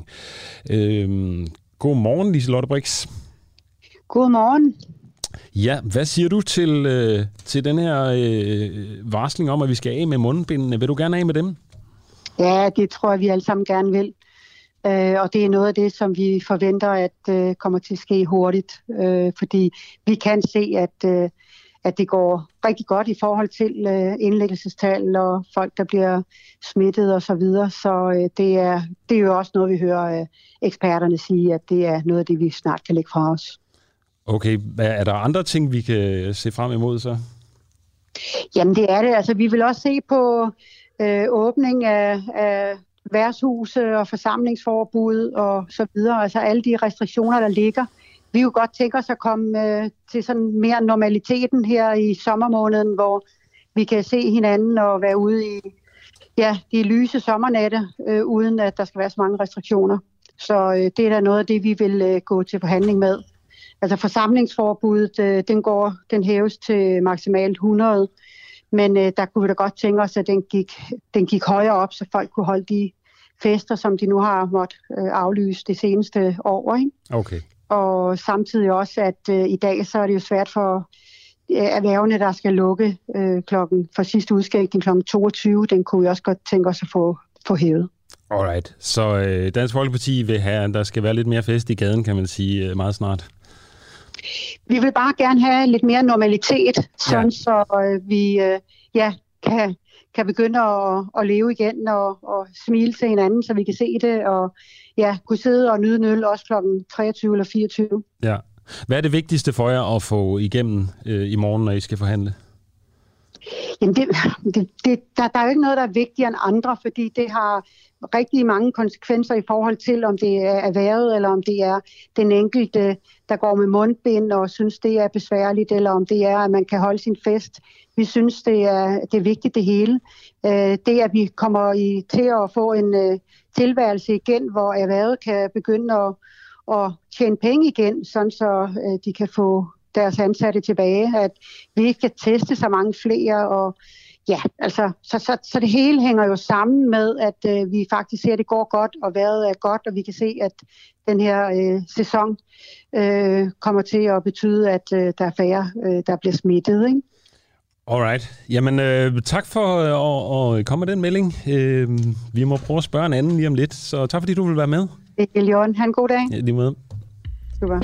Godmorgen, Lise-Lotte Brix. Godmorgen. Ja, hvad siger du til den her varsling om, at vi skal af med mundbindene? Vil du gerne af med dem? Ja, det tror jeg, vi alle sammen gerne vil. Og det er noget af det, som vi forventer, at kommer til at ske hurtigt. Fordi vi kan se, at det går rigtig godt i forhold til indlæggelsestal og folk, der bliver smittet og så videre. Så det er jo også noget, vi hører eksperterne sige, at det er noget af det, vi snart kan lægge fra os. Okay, er der andre ting, vi kan se frem imod så? Jamen det er det. Altså vi vil også se på åbning af værtshuse og forsamlingsforbud og så videre. Altså alle de restriktioner, der ligger. Vi kunne godt tænke os at komme til sådan mere normaliteten her i sommermåneden, hvor vi kan se hinanden og være ude i de lyse sommernatte, uden at der skal være så mange restriktioner. Så det er da noget af det, vi vil gå til forhandling med. Altså forsamlingsforbuddet, den hæves til maksimalt 100, men der kunne vi da godt tænke os, at den gik højere op, så folk kunne holde de fester, som de nu har måttet aflyse det seneste år. Ikke? Okay. Og samtidig også, at i dag så er det jo svært for erhvervene, der skal lukke for sidste udskænkning kl. 22. Den kunne vi også godt tænke os at få hævet. Alright. Så Dansk Folkeparti vil have, at der skal være lidt mere fest i gaden, kan man sige, meget snart. Vi vil bare gerne have lidt mere normalitet, sådan så vi kan begynde at leve igen og smile til hinanden, så vi kan se det, og kunne sidde og nyde en øl også klokken 23 eller 24. Ja. Hvad er det vigtigste for jer at få igennem i morgen, når I skal forhandle? Jamen der er jo ikke noget, der er vigtigere end andre, fordi det har rigtig mange konsekvenser i forhold til, om det er erhvervet, eller om det er den enkelte, der går med mundbind og synes, det er besværligt, eller om det er, at man kan holde sin fest. Vi synes, det er vigtigt det hele. Det, at vi kommer til at få en tilværelse igen, hvor erhvervet kan begynde at tjene penge igen, sådan så de kan få deres ansatte tilbage, at vi ikke kan teste så mange flere, og så det hele hænger jo sammen med, at vi faktisk ser, at det går godt, og vejret er godt, og vi kan se, at den her sæson kommer til at betyde, at der er færre, der bliver smittet, ikke? Alright. Jamen, tak for at komme med den melding. Vi må prøve at spørge en anden lige om lidt, så tak fordi du vil være med. Det er Leon. Ha' en god dag. Ja, lige med. Super.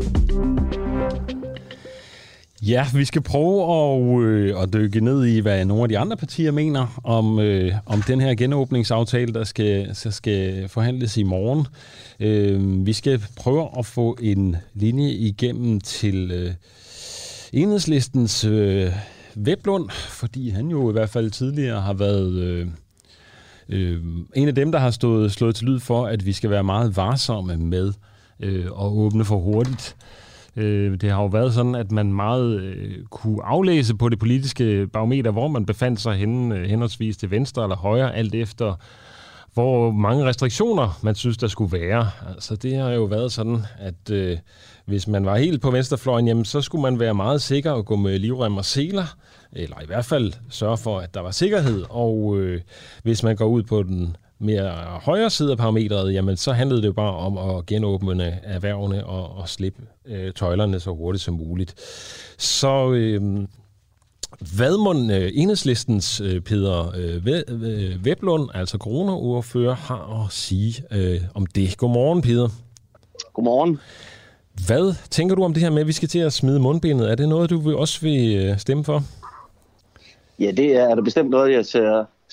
Ja, vi skal prøve at dykke ned i, hvad nogle af de andre partier mener om den her genåbningsaftale, der skal forhandles i morgen. Vi skal prøve at få en linje igennem til Enhedslistens Weblund, fordi han jo i hvert fald tidligere har været en af dem, der har slået til lyd for, at vi skal være meget varsomme med at åbne for hurtigt. Det har jo været sådan, at man meget kunne aflæse på det politiske barometer, hvor man befandt sig henholdsvis til venstre eller højre, alt efter hvor mange restriktioner man synes, der skulle være. Altså det har jo været sådan, at hvis man var helt på venstrefløjen, jamen, så skulle man være meget sikker og gå med livrem og seler, eller i hvert fald sørge for, at der var sikkerhed. Og hvis man går ud på den mere højre side af parametret, jamen så handlede det jo bare om at genåbne erhvervene og slippe tøjlerne så hurtigt som muligt. Så hvad må Enhedslistens Peder Weblund, altså coronaordfører, har at sige om det? Godmorgen, Peder. Godmorgen. Hvad tænker du om det her med, at vi skal til at smide mundbindet? Er det noget, du også vil stemme for? Ja, det er der bestemt noget, jeg ser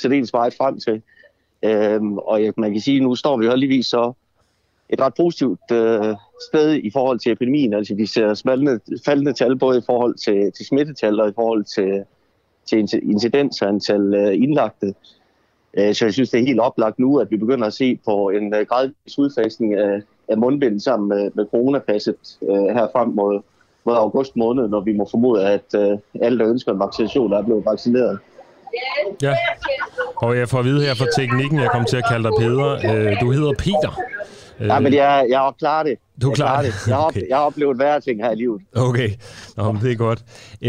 særdeles meget frem til. Og man kan sige, at nu står vi heldigvis så et ret positivt sted i forhold til epidemien. Altså vi ser faldende tal både i forhold til smittetal og i forhold til incidens og antal indlagte. Så jeg synes, det er helt oplagt nu, at vi begynder at se på en gradvis udfasning af mundbind sammen med coronapasset her frem mod august måned, når vi må formode, at alle, der ønsker en vaccination, er blevet vaccineret. Ja, og jeg får at vide her fra teknikken, jeg kommer til at kalde dig Peder. Du hedder Peter. Ja, men jeg klarer det. Du klarer det? Okay. Jeg har oplevet værre ting her i livet. Okay, det er godt.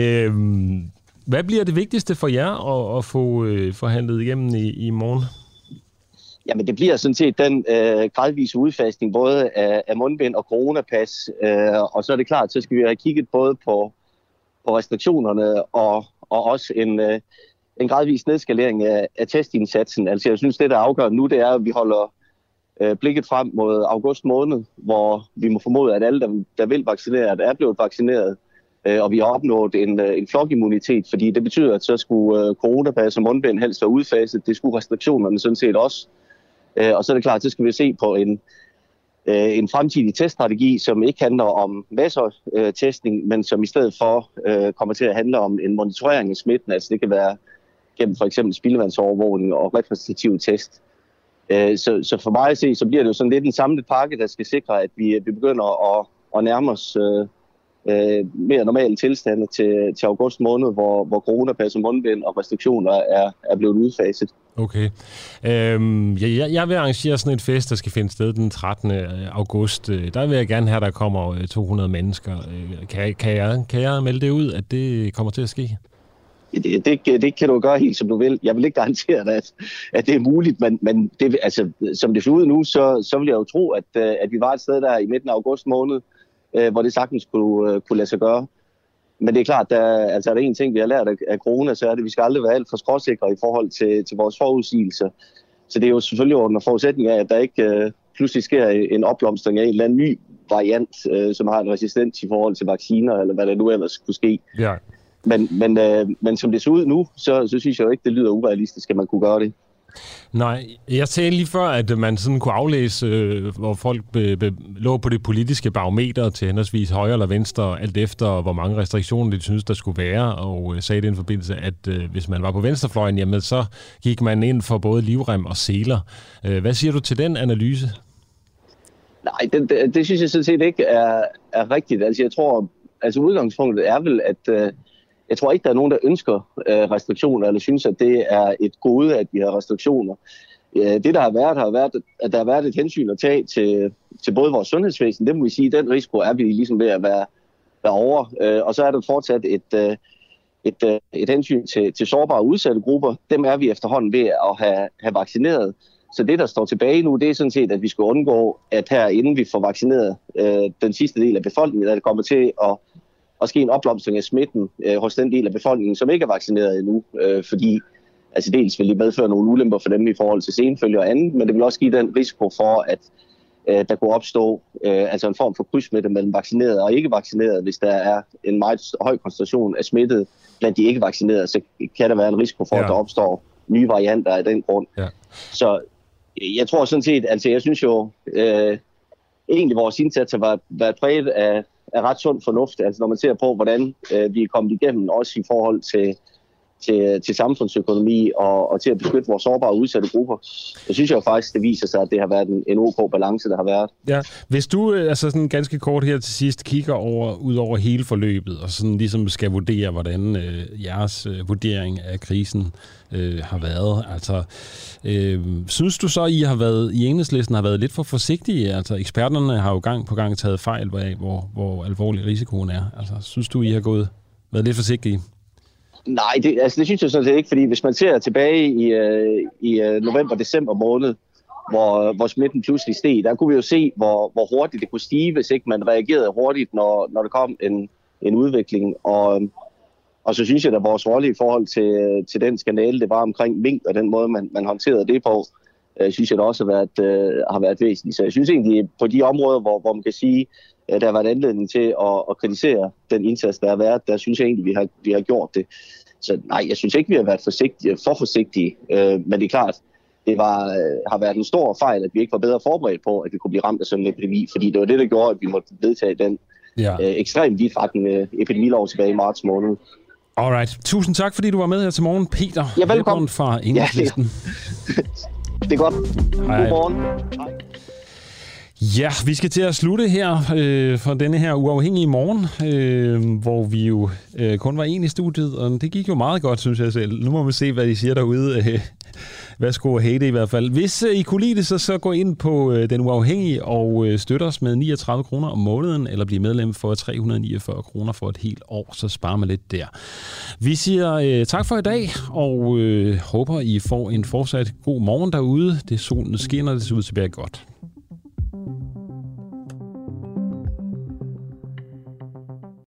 Hvad bliver det vigtigste for jer at få forhandlet igennem i morgen? Jamen det bliver sådan set den gradvise udfasning både af mundbind og coronapas. Og så er det klart, så skal vi have kigget både på restriktionerne og også en gradvis nedskalering af testindsatsen. Altså jeg synes, det der er afgørende nu, det er, at vi holder blikket frem mod august måned, hvor vi må formode, at alle, der vil vaccinere, er blevet vaccineret. Og vi har opnået en flokimmunitet, fordi det betyder, at så skulle coronapas og mundbind helst være udfaset. Det skulle restriktionerne sådan set også. Og så er det klart, så skal vi se på en fremtidig teststrategi, som ikke handler om masser-testning, men som i stedet for kommer til at handle om en monitorering af smitten. Altså det kan være gennem for eksempel spildevandsovervågning og repræsentativ test. Så for mig at se, så bliver det jo sådan lidt en samlet pakke, der skal sikre, at vi begynder at nærme os mere normale tilstande til august måned, hvor coronapas og mundbind og restriktioner er blevet udfaset. Okay. Jeg vil arrangere sådan et fest, der skal finde sted den 13. august. Der vil jeg gerne have, at der kommer 200 mennesker. Kan jeg melde det ud, at det kommer til at ske? Det kan du gøre helt som du vil. Jeg vil ikke garantere dig, at det er muligt, men det, altså, som det ser ud nu, så vil jeg jo tro, at vi var et sted der i midten af august måned, hvor det sagtens kunne lade sig gøre. Men det er klart, er der en ting, vi har lært af corona, så er det, at vi skal aldrig være alt for skråsikre i forhold til vores forudsigelser. Så det er jo selvfølgelig under forudsætning af, at der ikke pludselig sker en opblomstring af en eller anden ny variant, som har en resistens i forhold til vacciner, eller hvad der nu ellers kunne ske. Ja. Men som det ser ud nu, så synes jeg jo ikke, det lyder urealistisk, at man kunne gøre det. Nej, jeg sagde lige før, at man sådan kunne aflæse, hvor folk lå på det politiske barometer til henholdsvis højre eller venstre, alt efter hvor mange restriktioner de synes, der skulle være, og sagde i den forbindelse, at hvis man var på venstrefløjen, jamen så gik man ind for både livrem og seler. Hvad siger du til den analyse? Nej, det synes jeg sådan set ikke er rigtigt. Altså jeg tror, udgangspunktet er vel, at jeg tror ikke, der er nogen, der ønsker restriktioner, eller synes, at det er et gode, at vi har restriktioner. Det, der har været, at der har været et hensyn at tage til både vores sundhedsvæsen. Det må vi sige, den risiko er vi ligesom ved at være over. Og så er der fortsat et hensyn til sårbare og udsatte grupper. Dem er vi efterhånden ved at have vaccineret. Så det, der står tilbage nu, det er sådan set, at vi skal undgå, at her inden vi får vaccineret den sidste del af befolkningen, at det kommer til at ske en opblomstring af smitten hos den del af befolkningen, som ikke er vaccineret endnu, fordi altså dels vil det medføre nogle ulemper for dem i forhold til senfølge og andet, men det vil også give den risiko for, at der kunne opstå altså en form for krydssmitte mellem vaccineret og ikke vaccineret. Hvis der er en meget høj koncentration af smittet blandt de ikke vaccinerede, så kan der være en risiko for, at der opstår nye varianter af den grund. Ja. Så jeg tror sådan set, altså jeg synes jo egentlig vores indsats har været præget af ret sund fornuft, altså når man ser på, hvordan vi er kommet igennem, også i forhold til samfundsøkonomi og til at beskytte vores sårbare og udsatte grupper. Jeg synes jo faktisk, det viser sig, at det har været en OK balance, der har været. Ja, hvis du altså sådan ganske kort her til sidst kigger ud over hele forløbet, og sådan ligesom skal vurdere, hvordan jeres vurdering af krisen har været. Altså, synes du så, I Enhedslisten har været lidt for forsigtige? Altså, eksperterne har jo gang på gang taget fejl af, hvor alvorlig risikoen er. Altså, synes du, I har været lidt forsigtige? Nej, det synes jeg sådan set ikke, fordi hvis man ser tilbage i november-december måned, hvor smitten pludselig steg, der kunne vi jo se, hvor hurtigt det kunne stige, hvis ikke man reagerede hurtigt, når der kom en udvikling. Og så synes jeg, at vores rolle i forhold til den skandale, det var omkring mink og den måde, man håndterede det på, synes jeg da også har været væsentligt. Så jeg synes egentlig, på de områder, hvor man kan sige, at der har været anledning til at kritisere den indsats, der har været, der synes jeg egentlig, vi har gjort det. Så nej, jeg synes ikke, vi har været for forsigtige. Men det er klart, det har været en stor fejl, at vi ikke var bedre forberedt på, at vi kunne blive ramt af sådan en epidemi, fordi det var det, der gjorde, at vi måtte vedtage den ekstremt vidtrækkende epidemilov tilbage i marts måned. Alright. Tusind tak, fordi du var med her til morgen, Peter. Ja, velkommen. Fra Enhedslisten. Ja. Det er godt. Godmorgen. Hej. Ja, vi skal til at slutte her for denne her uafhængige morgen, hvor vi jo kun var en i studiet, og det gik jo meget godt, synes jeg selv. Nu må vi se, hvad de siger derude. Værsgo og hate i hvert fald. Hvis I kunne lide det, så gå ind på Den Uafhængige og støtte os med 39 kroner om måneden, eller blive medlem for 349 kroner for et helt år, så sparer man lidt der. Vi siger tak for i dag, og håber, I får en fortsat god morgen derude. Det solen skinner, det ser ud til at være godt.